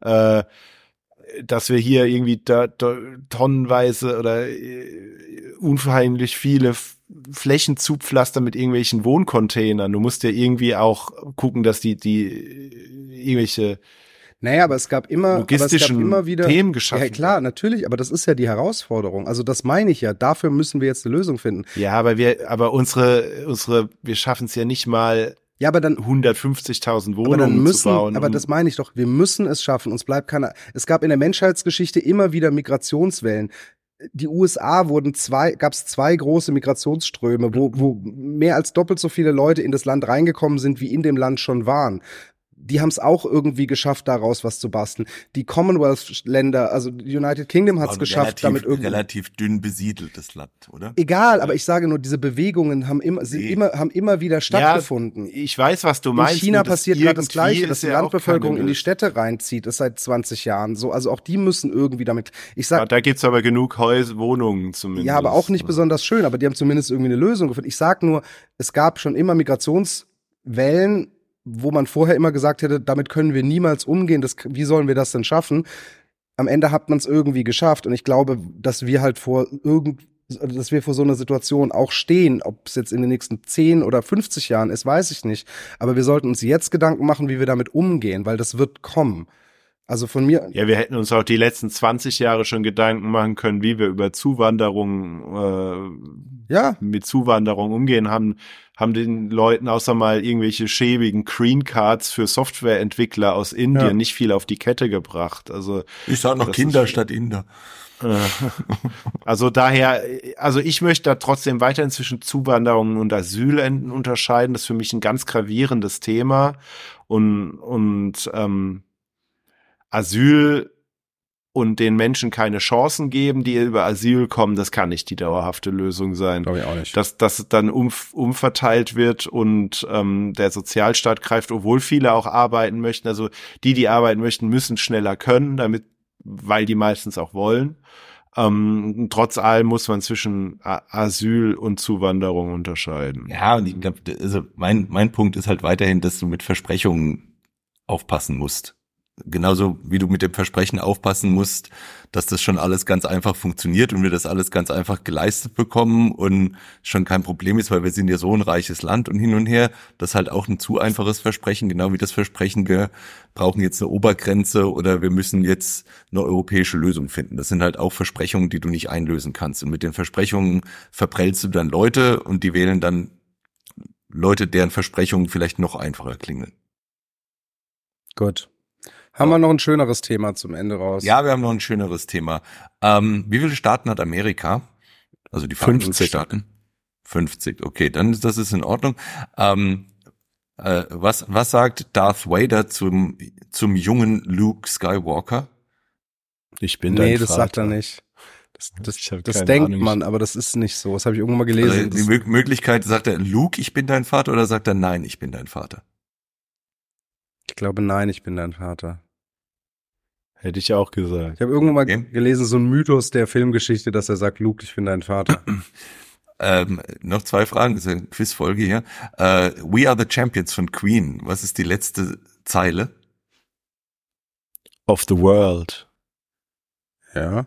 dass wir hier irgendwie tonnenweise oder unverheimlich viele Flächen zupflastern mit irgendwelchen Wohncontainern. Du musst ja irgendwie auch gucken, dass die irgendwelche aber es gab immer wieder Themen geschaffen. Ja, klar, natürlich, aber das ist ja die Herausforderung. Also das meine ich ja. Dafür müssen wir jetzt eine Lösung finden. Ja, aber wir schaffen es ja nicht mal, aber dann 150.000 Wohnungen zu bauen. Aber das meine ich doch. Wir müssen es schaffen. Uns bleibt keiner. Es gab in der Menschheitsgeschichte immer wieder Migrationswellen. Die USA gab es 2 große Migrationsströme, wo mehr als doppelt so viele Leute in das Land reingekommen sind, wie in dem Land schon waren. Die haben es auch irgendwie geschafft, daraus was zu basteln. Die Commonwealth-Länder, also die United Kingdom hat es geschafft, damit irgendwie relativ dünn besiedeltes Land, oder? Egal, aber ich sage nur, diese Bewegungen haben immer wieder stattgefunden. Ja, ich weiß, was du meinst. In China passiert gerade das Gleiche, dass die Landbevölkerung in die Städte reinzieht, ist seit 20 Jahren so. Also auch die müssen irgendwie damit. Da gibt's aber genug Wohnungen zumindest. Ja, aber auch nicht besonders schön, aber die haben zumindest irgendwie eine Lösung gefunden. Ich sag nur, es gab schon immer Migrationswellen, wo man vorher immer gesagt hätte, damit können wir niemals umgehen, wie sollen wir das denn schaffen? Am Ende hat man es irgendwie geschafft und ich glaube, dass wir halt vor so einer Situation auch stehen, ob es jetzt in den nächsten 10 oder 50 Jahren ist, weiß ich nicht. Aber wir sollten uns jetzt Gedanken machen, wie wir damit umgehen, weil das wird kommen. Also von mir. Ja, wir hätten uns auch die letzten 20 Jahre schon Gedanken machen können, wie wir über Zuwanderung, mit Zuwanderung umgehen, haben den Leuten außer mal irgendwelche schäbigen Green Cards für Softwareentwickler aus Indien nicht viel auf die Kette gebracht. Also ich sage noch Kinder statt Inder. Also daher, ich möchte da trotzdem weiterhin zwischen Zuwanderung und Asyl unterscheiden. Das ist für mich ein ganz gravierendes Thema und Asyl und den Menschen keine Chancen geben, die über Asyl kommen, das kann nicht die dauerhafte Lösung sein. Glaube ich auch nicht. Dass dann umverteilt wird und der Sozialstaat greift, obwohl viele auch arbeiten möchten. Also die arbeiten möchten, müssen schneller können, weil die meistens auch wollen. Trotz allem muss man zwischen Asyl und Zuwanderung unterscheiden. Ja, und ich glaube, also mein Punkt ist halt weiterhin, dass du mit Versprechungen aufpassen musst. Genauso wie du mit dem Versprechen aufpassen musst, dass das schon alles ganz einfach funktioniert und wir das alles ganz einfach geleistet bekommen und schon kein Problem ist, weil wir sind ja so ein reiches Land und hin und her. Das ist halt auch ein zu einfaches Versprechen, genau wie das Versprechen, wir brauchen jetzt eine Obergrenze oder wir müssen jetzt eine europäische Lösung finden. Das sind halt auch Versprechungen, die du nicht einlösen kannst. Und mit den Versprechungen verprellst du dann Leute und die wählen dann Leute, deren Versprechungen vielleicht noch einfacher klingen. Gut. Haben wir noch ein schöneres Thema zum Ende raus? Ja, wir haben noch ein schöneres Thema. Wie viele Staaten hat Amerika? Also die Vereinigten 50 Staaten? 50, okay, dann das ist in Ordnung. Was sagt Darth Vader zum jungen Luke Skywalker? Ich bin dein Vater. Nee, das sagt er nicht. Das denkt man, aber das ist nicht so. Das habe ich irgendwann mal gelesen. Also die Möglichkeit, sagt er Luke, ich bin dein Vater, oder sagt er nein, ich bin dein Vater? Ich glaube, nein, ich bin dein Vater. Hätte ich auch gesagt. Ich habe irgendwann mal gelesen, so ein Mythos der Filmgeschichte, dass er sagt, Luke, ich bin dein Vater. Noch 2 Fragen, das ist eine Quizfolge hier. We are the Champions von Queen. Was ist die letzte Zeile? Of the world. Ja.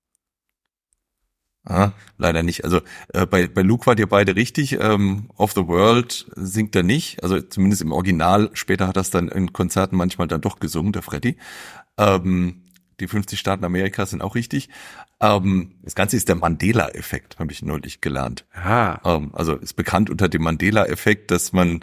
Leider nicht. Also bei Luke wart ihr beide richtig. Of the World singt er nicht. Also zumindest im Original. Später hat er es dann in Konzerten manchmal dann doch gesungen, der Freddy. Die 50 Staaten Amerikas sind auch richtig. Das Ganze ist der Mandela-Effekt, habe ich neulich gelernt. Also ist bekannt unter dem Mandela-Effekt, dass man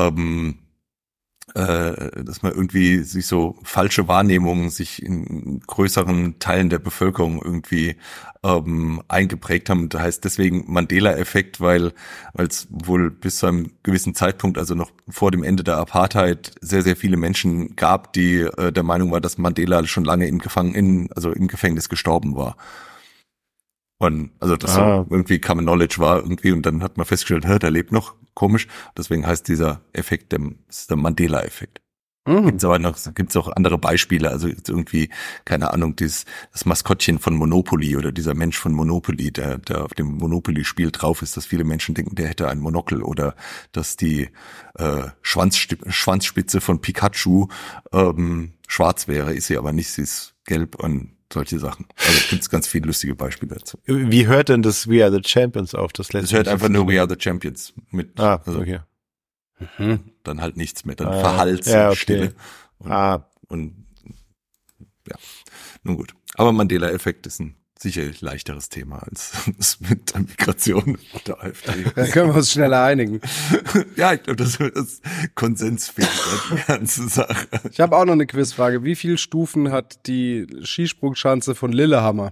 irgendwie sich so falsche Wahrnehmungen sich in größeren Teilen der Bevölkerung irgendwie eingeprägt haben. Das heißt deswegen Mandela-Effekt, weil es wohl bis zu einem gewissen Zeitpunkt, also noch vor dem Ende der Apartheid, sehr, sehr viele Menschen gab, die der Meinung war, dass Mandela schon lange im Gefängnis gestorben war. Und also das so irgendwie Common Knowledge war irgendwie und dann hat man festgestellt, der lebt noch, komisch. Deswegen heißt dieser Effekt, das ist der Mandela-Effekt. Gibt's auch andere Beispiele, also jetzt irgendwie, keine Ahnung, das Maskottchen von Monopoly oder dieser Mensch von Monopoly, der auf dem Monopoly-Spiel drauf ist, dass viele Menschen denken, der hätte ein Monokel oder dass die Schwanzspitze von Pikachu schwarz wäre, ist sie aber nicht, sie ist gelb und solche Sachen. Also gibt's ganz viele lustige Beispiele dazu. Wie hört denn das We Are the Champions auf? Das hört einfach nur We Are the Champions mit. Okay. Dann halt nichts mehr, dann Verhalts ja, und okay. Stille. Und ja, nun gut. Aber Mandela-Effekt ist ein sicherlich leichteres Thema als das mit der Migration der AfD. Da können wir uns schneller einigen. Ja, ich glaube, das ist konsensfähig, die ganze Sache. Ich habe auch noch eine Quizfrage. Wie viele Stufen hat die Skisprungschanze von Lillehammer?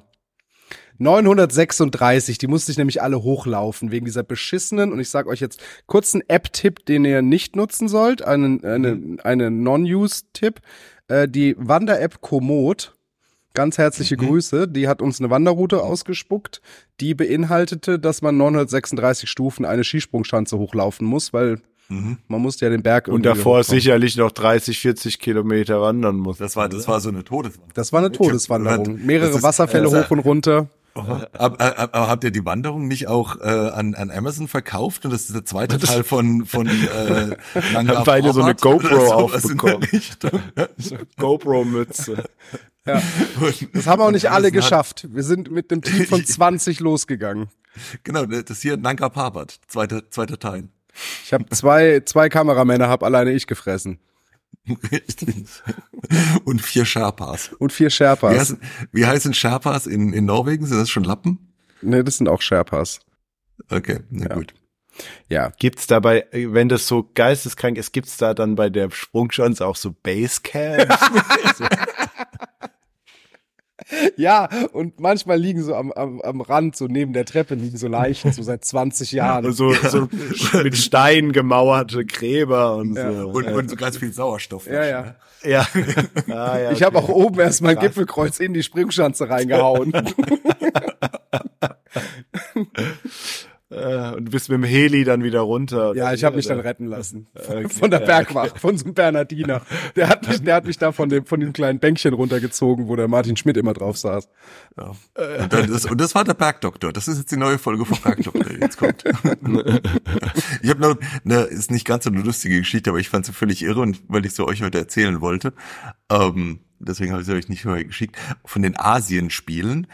936, die musste ich nämlich alle hochlaufen, wegen dieser beschissenen, und ich sage euch jetzt kurz einen App-Tipp, den ihr nicht nutzen sollt, eine Non-Use-Tipp, die Wander-App Komoot, ganz herzliche Grüße, die hat uns eine Wanderroute ausgespuckt, die beinhaltete, dass man 936 Stufen eine Skisprungschanze hochlaufen muss, weil man musste ja den Berg irgendwie und davor hochkommen. sicherlich noch 30, 40 Kilometer wandern muss. Das war so eine Todeswanderung. Das war eine Todeswanderung, mehrere Wasserfälle hoch und runter. Aber habt ihr die Wanderung nicht auch an Amazon verkauft? Und das ist der zweite Teil von Haben beide so eine GoPro aufbekommen. So GoPro-Mütze. Ja. Das haben auch nicht alle geschafft. Wir sind mit einem Team von 20 losgegangen. Genau, das hier Nanga Parbat, zweiter Teil. Ich habe zwei Kameramänner, hab alleine ich gefressen. Und 4 Sherpas. Und 4 Sherpas. Wie heißen Sherpas in Norwegen? Sind das schon Lappen? Nee, das sind auch Sherpas. Okay, na gut. Ja. Gibt's dabei, wenn das so geisteskrank ist, gibt's da dann bei der Sprungschanze auch so Basecamps? Ja, und manchmal liegen so am Rand, so neben der Treppe, liegen so Leichen, so seit 20 Jahren. so mit Steinen gemauerte Gräber und so. Und so ganz viel Sauerstoff. Ja. Ja. Ich habe auch oben erstmal ein Gipfelkreuz in die Sprungschanze reingehauen. Und bist mit dem Heli dann wieder runter. Ja, ich habe mich dann retten lassen. Von der Bergwacht, von so einem Bernardiner. Der hat mich da von dem kleinen Bänkchen runtergezogen, wo der Martin Schmidt immer drauf saß. Ja. Und das war der Bergdoktor. Das ist jetzt die neue Folge vom Bergdoktor, die jetzt kommt. Ich habe noch ist nicht ganz so eine lustige Geschichte, aber ich fand sie völlig irre und weil ich so euch heute erzählen wollte. Deswegen habe ich sie euch nicht vorher geschickt. Von den Asienspielen.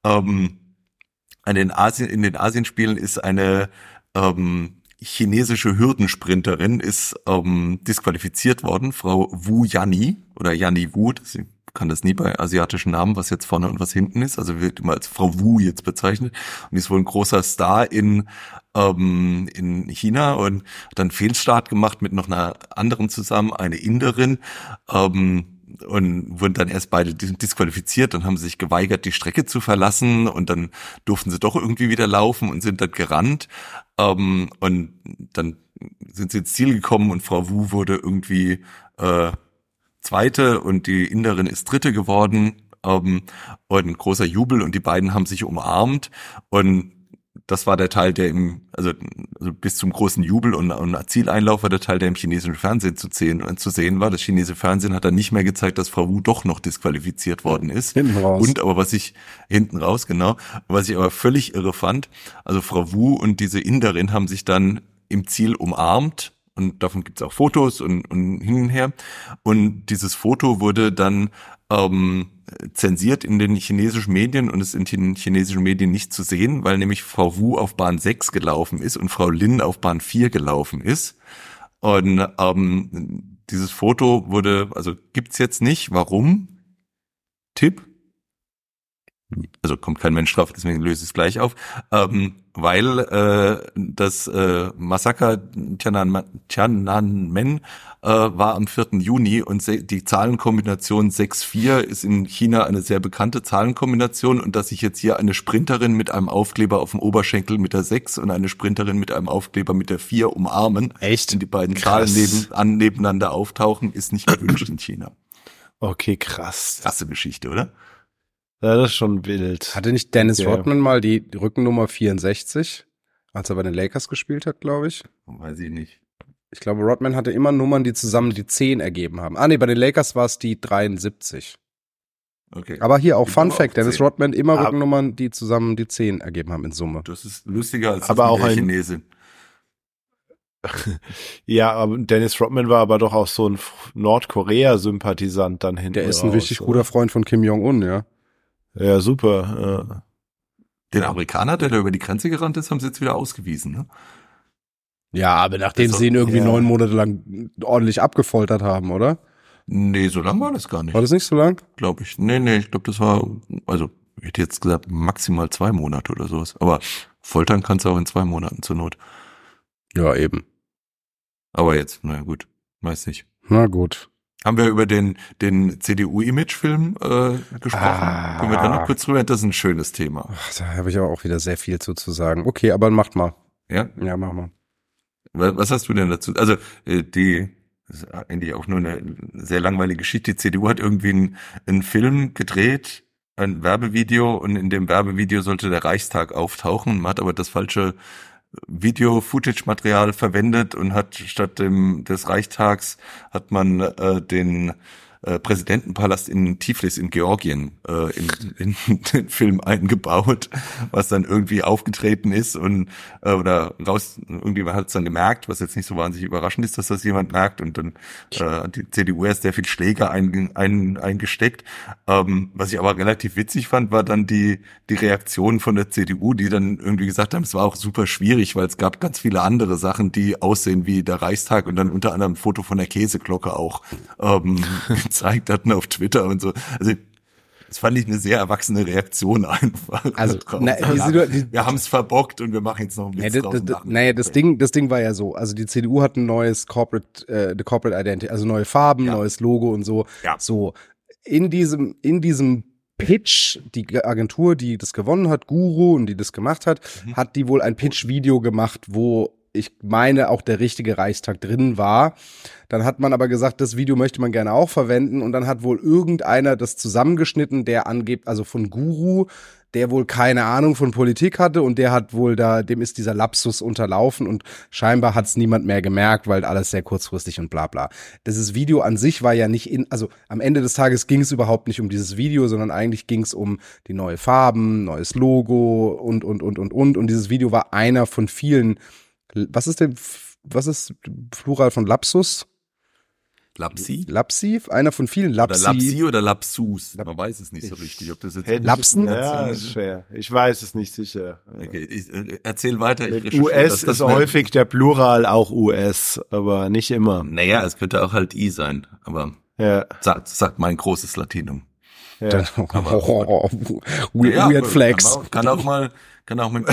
In den Asienspielen ist eine chinesische Hürdensprinterin ist disqualifiziert worden, Frau Wu Yanni oder Yanni Wu, sie kann das nie bei asiatischen Namen, was jetzt vorne und was hinten ist, also wird immer als Frau Wu jetzt bezeichnet und die ist wohl ein großer Star in China und hat dann Fehlstart gemacht mit noch einer anderen zusammen, eine Inderin, und wurden dann erst beide disqualifiziert und haben sich geweigert, die Strecke zu verlassen und dann durften sie doch irgendwie wieder laufen und sind dann gerannt und dann sind sie ins Ziel gekommen und Frau Wu wurde irgendwie Zweite und die Inderin ist Dritte geworden und ein großer Jubel und die beiden haben sich umarmt und das war der Teil, der also bis zum großen Jubel und Zieleinlauf war der Teil, der im chinesischen Fernsehen zu sehen war. Das chinesische Fernsehen hat dann nicht mehr gezeigt, dass Frau Wu doch noch disqualifiziert worden ist. Hinten raus. Hinten raus, genau. Was ich aber völlig irre fand, also Frau Wu und diese Inderin haben sich dann im Ziel umarmt und davon gibt's auch Fotos und hin und her. Und dieses Foto wurde dann zensiert in den chinesischen Medien und ist in den chinesischen Medien nicht zu sehen, weil nämlich Frau Wu auf Bahn 6 gelaufen ist und Frau Lin auf Bahn 4 gelaufen ist. Und dieses Foto gibt's jetzt nicht. Warum? Tipp? Also kommt kein Mensch drauf, deswegen löse ich es gleich auf. Weil das Massaker Tiananmen war am 4. Juni und die Zahlenkombination 6-4 ist in China eine sehr bekannte Zahlenkombination und dass sich jetzt hier eine Sprinterin mit einem Aufkleber auf dem Oberschenkel mit der 6 und eine Sprinterin mit einem Aufkleber mit der 4 umarmen. Echt? Und die beiden Zahlen nebeneinander auftauchen, ist nicht gewünscht in China. Okay, krass. Krasse Geschichte, oder? Ja, das ist schon wild. Hatte nicht Dennis Okay. Rodman mal die Rückennummer 64, als er bei den Lakers gespielt hat, glaube ich? Weiß ich nicht. Ich glaube, Rodman hatte immer Nummern, die zusammen die 10 ergeben haben. Ah nee, bei den Lakers war es die 73. Okay. Aber hier auch Gibt Fun aber Fact, auch Dennis 10. Rodman immer Ah. Rückennummern, die zusammen die 10 ergeben haben in Summe. Das ist lustiger als Aber das auch mit der ein- Chinese. Ja, aber Dennis Rodman war aber doch auch so ein Nordkorea-Sympathisant dann hinten Der ist ein raus, richtig oder? guter Freund von Kim Jong-un, ja. Ja, super. Den Amerikaner, der da über die Grenze gerannt ist, haben sie jetzt wieder ausgewiesen, ne? Ja, aber nachdem Also, sie ihn irgendwie ja. 9 Monate lang ordentlich abgefoltert haben, oder? Nee, so lang war das gar nicht, War das nicht so lang? glaube ich. Nee, ich glaube, das war, also, ich hätte jetzt gesagt, maximal 2 Monate oder sowas. Aber foltern kannst du auch in 2 Monaten zur Not. Ja, eben. Aber jetzt, naja, gut, weiß nicht. Na gut. Haben wir über den CDU-Image-Film gesprochen? Ah. Können wir da noch kurz drüber? Das ist ein schönes Thema. Ach, da habe ich aber auch wieder sehr viel zu sagen. Okay, aber macht mal. Ja? Ja, mach mal. Was hast du denn dazu? Also, das ist eigentlich auch nur eine sehr langweilige Geschichte. Die CDU hat irgendwie einen Film gedreht, ein Werbevideo, und in dem Werbevideo sollte der Reichstag auftauchen. Man hat aber das falsche Video-Footage-Material verwendet und hat statt des Reichstags hat man den Präsidentenpalast in Tiflis in Georgien in den Film eingebaut, was dann irgendwie aufgetreten ist und oder raus, irgendwie hat es dann gemerkt, was jetzt nicht so wahnsinnig überraschend ist, dass das jemand merkt, und dann hat die CDU erst sehr viel Schläge eingesteckt. Was ich aber relativ witzig fand, war dann die Reaktion von der CDU, die dann irgendwie gesagt haben, es war auch super schwierig, weil es gab ganz viele andere Sachen, die aussehen wie der Reichstag, und dann unter anderem ein Foto von der Käseglocke auch gezeigt hatten auf Twitter und so. Also das fand ich eine sehr erwachsene Reaktion einfach. Also, drauf. Wir haben es verbockt und wir machen jetzt noch ein Witz draus. Das Ding war ja so, also die CDU hat ein neues Corporate Identity, also neue Farben, Ja. neues Logo und so. Ja. So, in diesem Pitch, die Agentur, die das gewonnen hat, Guru, und die das gemacht hat, hat die wohl ein Pitch-Video gemacht, wo ich meine, auch der richtige Reichstag drin war. Dann hat man aber gesagt, das Video möchte man gerne auch verwenden, und dann hat wohl irgendeiner das zusammengeschnitten, der angebt, also von Guru, der wohl keine Ahnung von Politik hatte, und der hat wohl dem ist dieser Lapsus unterlaufen, und scheinbar hat es niemand mehr gemerkt, weil alles sehr kurzfristig und bla bla. Dieses Video an sich war ja nicht also am Ende des Tages ging es überhaupt nicht um dieses Video, sondern eigentlich ging es um die neue Farben, neues Logo und dieses Video war einer von vielen. Was ist Plural von Lapsus? Lapsi? Lapsi? Einer von vielen Oder Lapsi. Lapsi oder Lapsus? Man weiß es nicht so richtig, ob das jetzt Lapsen? Ja, ist schwer. Ich weiß es nicht sicher. Okay, erzähl weiter. Ich Mit recherchiere US das. ist häufig der Plural auch US, aber nicht immer. Naja, es könnte auch halt I sein, aber Ja. sagt mein großes Latinum. Ja. Weird Flex. Kann auch mit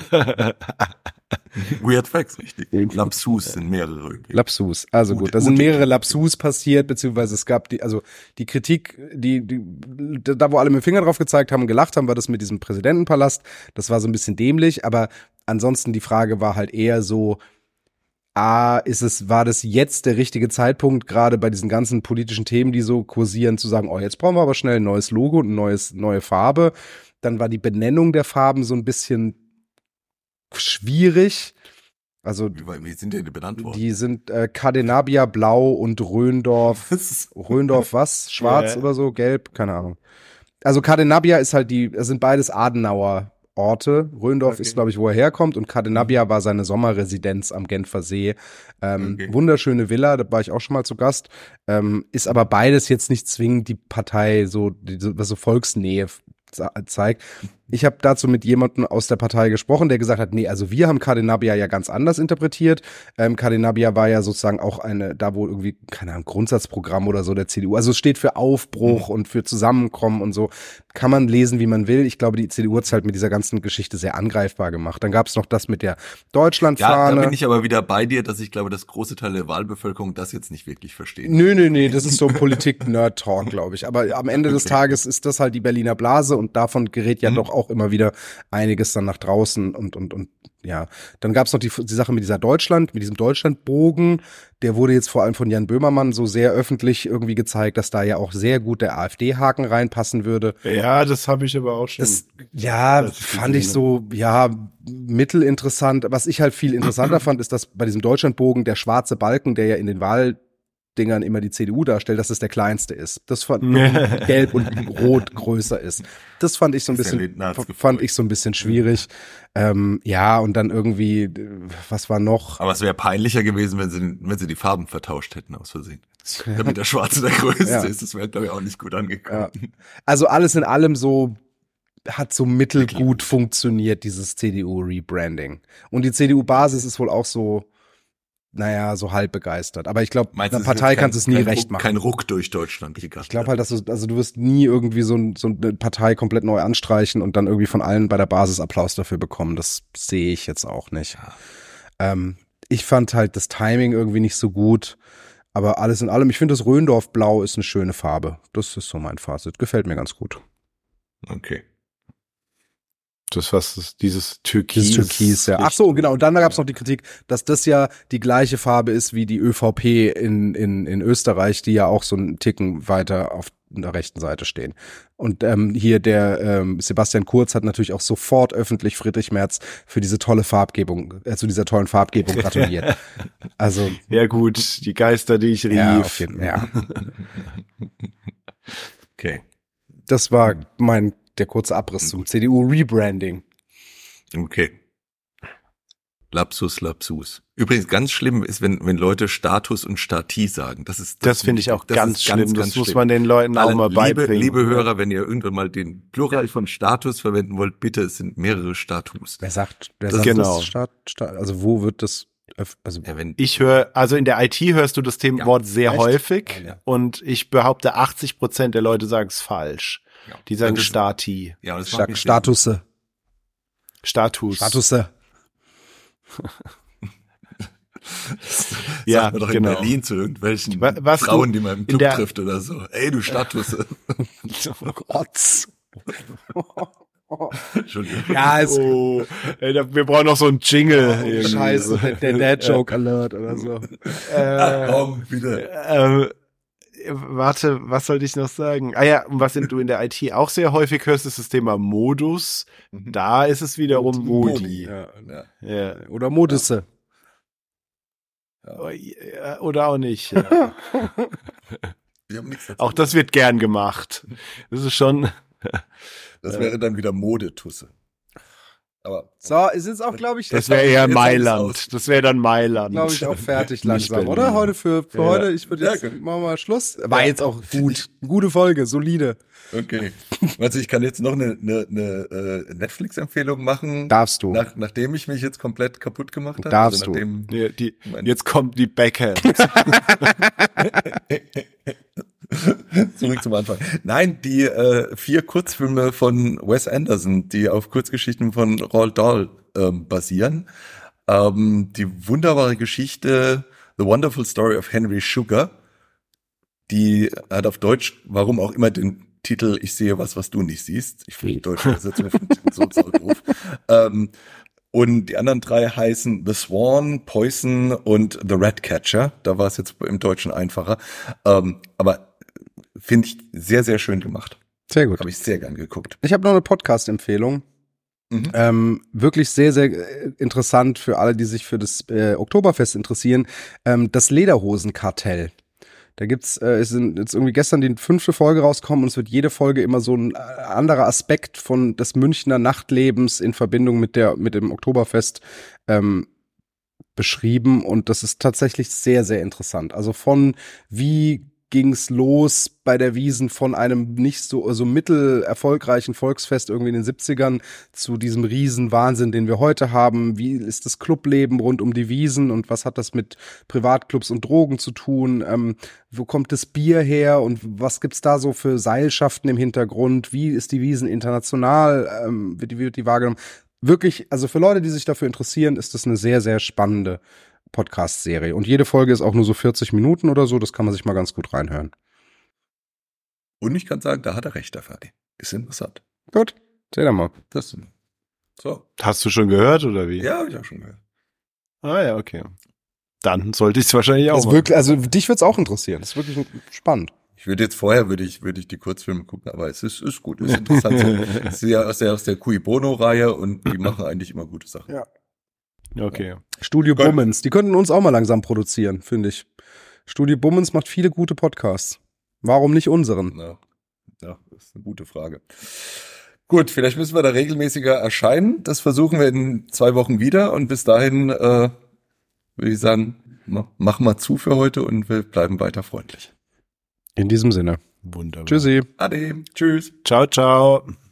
Weird Flex, richtig. Lapsus sind mehrere. Lapsus. Also gut, da sind mehrere Lapsus passiert, beziehungsweise es gab die Kritik, da wo alle mit dem Finger drauf gezeigt haben und gelacht haben, war das mit diesem Präsidentenpalast. Das war so ein bisschen dämlich, aber ansonsten die Frage war halt eher so, war das jetzt der richtige Zeitpunkt, gerade bei diesen ganzen politischen Themen, die so kursieren, zu sagen, oh, jetzt brauchen wir aber schnell ein neues Logo und neue Farbe. Dann war die Benennung der Farben so ein bisschen schwierig. Also Wie sind die benannt worden? die sind Cadenabia blau und Rhöndorf was? Schwarz oder so? Gelb? Keine Ahnung. Also Cadenabia ist halt das sind beides Adenauer Orte. Rhöndorf ist, glaube ich, wo er herkommt, und Cadenabia war seine Sommerresidenz am Genfer See. Wunderschöne Villa, da war ich auch schon mal zu Gast. Ist aber beides jetzt nicht zwingend die Partei, was so Volksnähe zeigt. Ich habe dazu mit jemandem aus der Partei gesprochen, der gesagt hat, nee, also wir haben Cadenabia ja ganz anders interpretiert. Cadenabia war ja sozusagen auch da wohl irgendwie, keine Ahnung, Grundsatzprogramm oder so der CDU. Also es steht für Aufbruch und für Zusammenkommen und so. Kann man lesen, wie man will. Ich glaube, die CDU hat es halt mit dieser ganzen Geschichte sehr angreifbar gemacht. Dann gab es noch das mit der Deutschlandfahne. Ja, da bin ich aber wieder bei dir, dass ich glaube, dass große Teile der Wahlbevölkerung das jetzt nicht wirklich verstehen. Nee, das ist so Politik-Nerd-Talk, glaube ich. Aber am Ende des Tages ist das halt die Berliner Blase, und davon gerät ja doch auch immer wieder einiges dann nach draußen und ja. Dann gab's noch die Sache mit diesem Deutschlandbogen, der wurde jetzt vor allem von Jan Böhmermann so sehr öffentlich irgendwie gezeigt, dass da ja auch sehr gut der AfD-Haken reinpassen würde. Ja, das habe ich aber auch schon. Fand ich so, mittelinteressant. Was ich halt viel interessanter fand, ist, dass bei diesem Deutschlandbogen der schwarze Balken, der ja in den Wahldingern immer die CDU darstellt, dass es der kleinste ist. Das fand gelb und rot größer ist. Das fand ich so ein bisschen schwierig. Und dann irgendwie, was war noch? Aber es wäre peinlicher gewesen, wenn sie die Farben vertauscht hätten aus Versehen. Damit der Schwarze der Größte ist. Das wäre, glaube ich, auch nicht gut angekommen. Ja. Also alles in allem hat so mittelgut funktioniert, dieses CDU-Rebranding. Und die CDU-Basis ist wohl auch so halb begeistert. Aber ich glaube, einer Partei kannst du es nie recht machen. Kein Ruck durch Deutschland. Ich glaube halt, du wirst nie irgendwie so eine Partei komplett neu anstreichen und dann irgendwie von allen bei der Basis Applaus dafür bekommen. Das sehe ich jetzt auch nicht. Ja. Ich fand halt das Timing irgendwie nicht so gut. Aber alles in allem, ich finde, das Rhöndorf-Blau ist eine schöne Farbe. Das ist so mein Fazit. Gefällt mir ganz gut. Okay. Dieses Türkis. Ja. Ach so, genau. Und dann gab es noch die Kritik, dass das ja die gleiche Farbe ist wie die ÖVP in Österreich, die ja auch so einen Ticken weiter auf der rechten Seite stehen. Und hier der Sebastian Kurz hat natürlich auch sofort öffentlich Friedrich Merz für diese tolle Farbgebung, zu dieser tollen Farbgebung gratuliert. Also ja gut, die Geister, die ich rief. Ja, auf jeden Fall. Ja. Okay. Das war der kurze Abriss zum CDU-Rebranding. Okay. Lapsus. Übrigens ganz schlimm ist, wenn Leute Status und Stati sagen. Das finde ich auch ganz schlimm. Das muss man den Leuten auch mal beibringen. Liebe Hörer, wenn ihr irgendwann mal den Plural von Status verwenden wollt, bitte, es sind mehrere Status. Wer sagt genau. das? Also wo wird das? Also ich höre, also in der IT hörst du das Wort sehr häufig und ich behaupte, 80% der Leute sagen es falsch. Ja. Die sagen Stati. Ja, das Statusse. Ja, sagt man doch genau. In Berlin zu irgendwelchen Frauen, die man im Club trifft oder so. Ey, du Statusse. Gott. Entschuldigung. Ja, wir brauchen noch so einen Jingle. Scheiße, der Dad-Joke Alert oder so. Komm, wieder. Warte, was sollte ich noch sagen? Und was du in der IT auch sehr häufig hörst, ist das Thema Modus. Da ist es wiederum Modi. Ja. Oder Modusse. Ja. Oder auch nicht. Ja. Auch das wird gern gemacht. Das ist schon. Das wäre dann wieder Modetusse. Aber so, ist jetzt auch, glaube ich. Das wäre eher Mailand. Das wäre dann Mailand. Glaube ich auch fertig langsam, oder? Heute für heute. Ich würde jetzt machen wir mal Schluss. War jetzt auch gut. Gute Folge, solide. Okay. Also ich kann jetzt noch eine Netflix-Empfehlung machen. Darfst du. Nachdem ich mich jetzt komplett kaputt gemacht habe. Darfst du. Jetzt kommt die Backhand. Zurück zum Anfang. Nein, die 4 Kurzfilme von Wes Anderson, die auf Kurzgeschichten von Roald Dahl basieren. Die wunderbare Geschichte The Wonderful Story of Henry Sugar. Die hat auf Deutsch, warum auch immer, den Titel Ich sehe was du nicht siehst. Ich finde die deutsche Übersetzung so doof. Und die anderen 3 heißen The Swan, Poison und The Ratcatcher. Da war es jetzt im Deutschen einfacher. Aber finde ich sehr, sehr schön gemacht. Sehr gut. Habe ich sehr gern geguckt. Ich habe noch eine Podcast-Empfehlung. Wirklich sehr, sehr interessant für alle, die sich für das Oktoberfest interessieren. Das Lederhosenkartell. Da ist jetzt irgendwie gestern die 5. Folge rausgekommen und es wird jede Folge immer so ein anderer Aspekt von des Münchner Nachtlebens in Verbindung mit dem Oktoberfest beschrieben und das ist tatsächlich sehr, sehr interessant. Also von wie ging's los bei der Wiesn von einem nicht so mittelerfolgreichen Volksfest irgendwie in den 70ern zu diesem riesen Wahnsinn, den wir heute haben. Wie ist das Clubleben rund um die Wiesn und was hat das mit Privatclubs und Drogen zu tun? Wo kommt das Bier her und was gibt's da so für Seilschaften im Hintergrund? Wie ist die Wiesn international? Wird die wahrgenommen? Wirklich, also für Leute, die sich dafür interessieren, ist das eine sehr, sehr spannende Podcast-Serie. Und jede Folge ist auch nur so 40 Minuten oder so. Das kann man sich mal ganz gut reinhören. Und ich kann sagen, da hat er recht, der Ferdi. Ist interessant. Gut. Seh da mal. Das, so. Hast du schon gehört oder wie? Ja, habe ich auch schon gehört. Ah ja, okay. Dann sollte ich es wahrscheinlich auch Das ist machen. wirklich, also dich wird's auch interessieren. Das ist wirklich spannend. Ich würde jetzt vorher würde ich die Kurzfilme gucken, aber es ist gut, ist interessant. Es ist ja aus der Cui Bono-Reihe und die machen eigentlich immer gute Sachen. Ja. Okay. Studio Gott. Bummens, die könnten uns auch mal langsam produzieren, finde ich. Studio Bummens macht viele gute Podcasts. Warum nicht unseren? Ja, das ist eine gute Frage. Gut, vielleicht müssen wir da regelmäßiger erscheinen. Das versuchen wir in 2 Wochen wieder und bis dahin würde ich sagen, mach mal zu für heute und wir bleiben weiter freundlich. In diesem Sinne. Wunderbar. Tschüssi. Ade, tschüss. Ciao, ciao.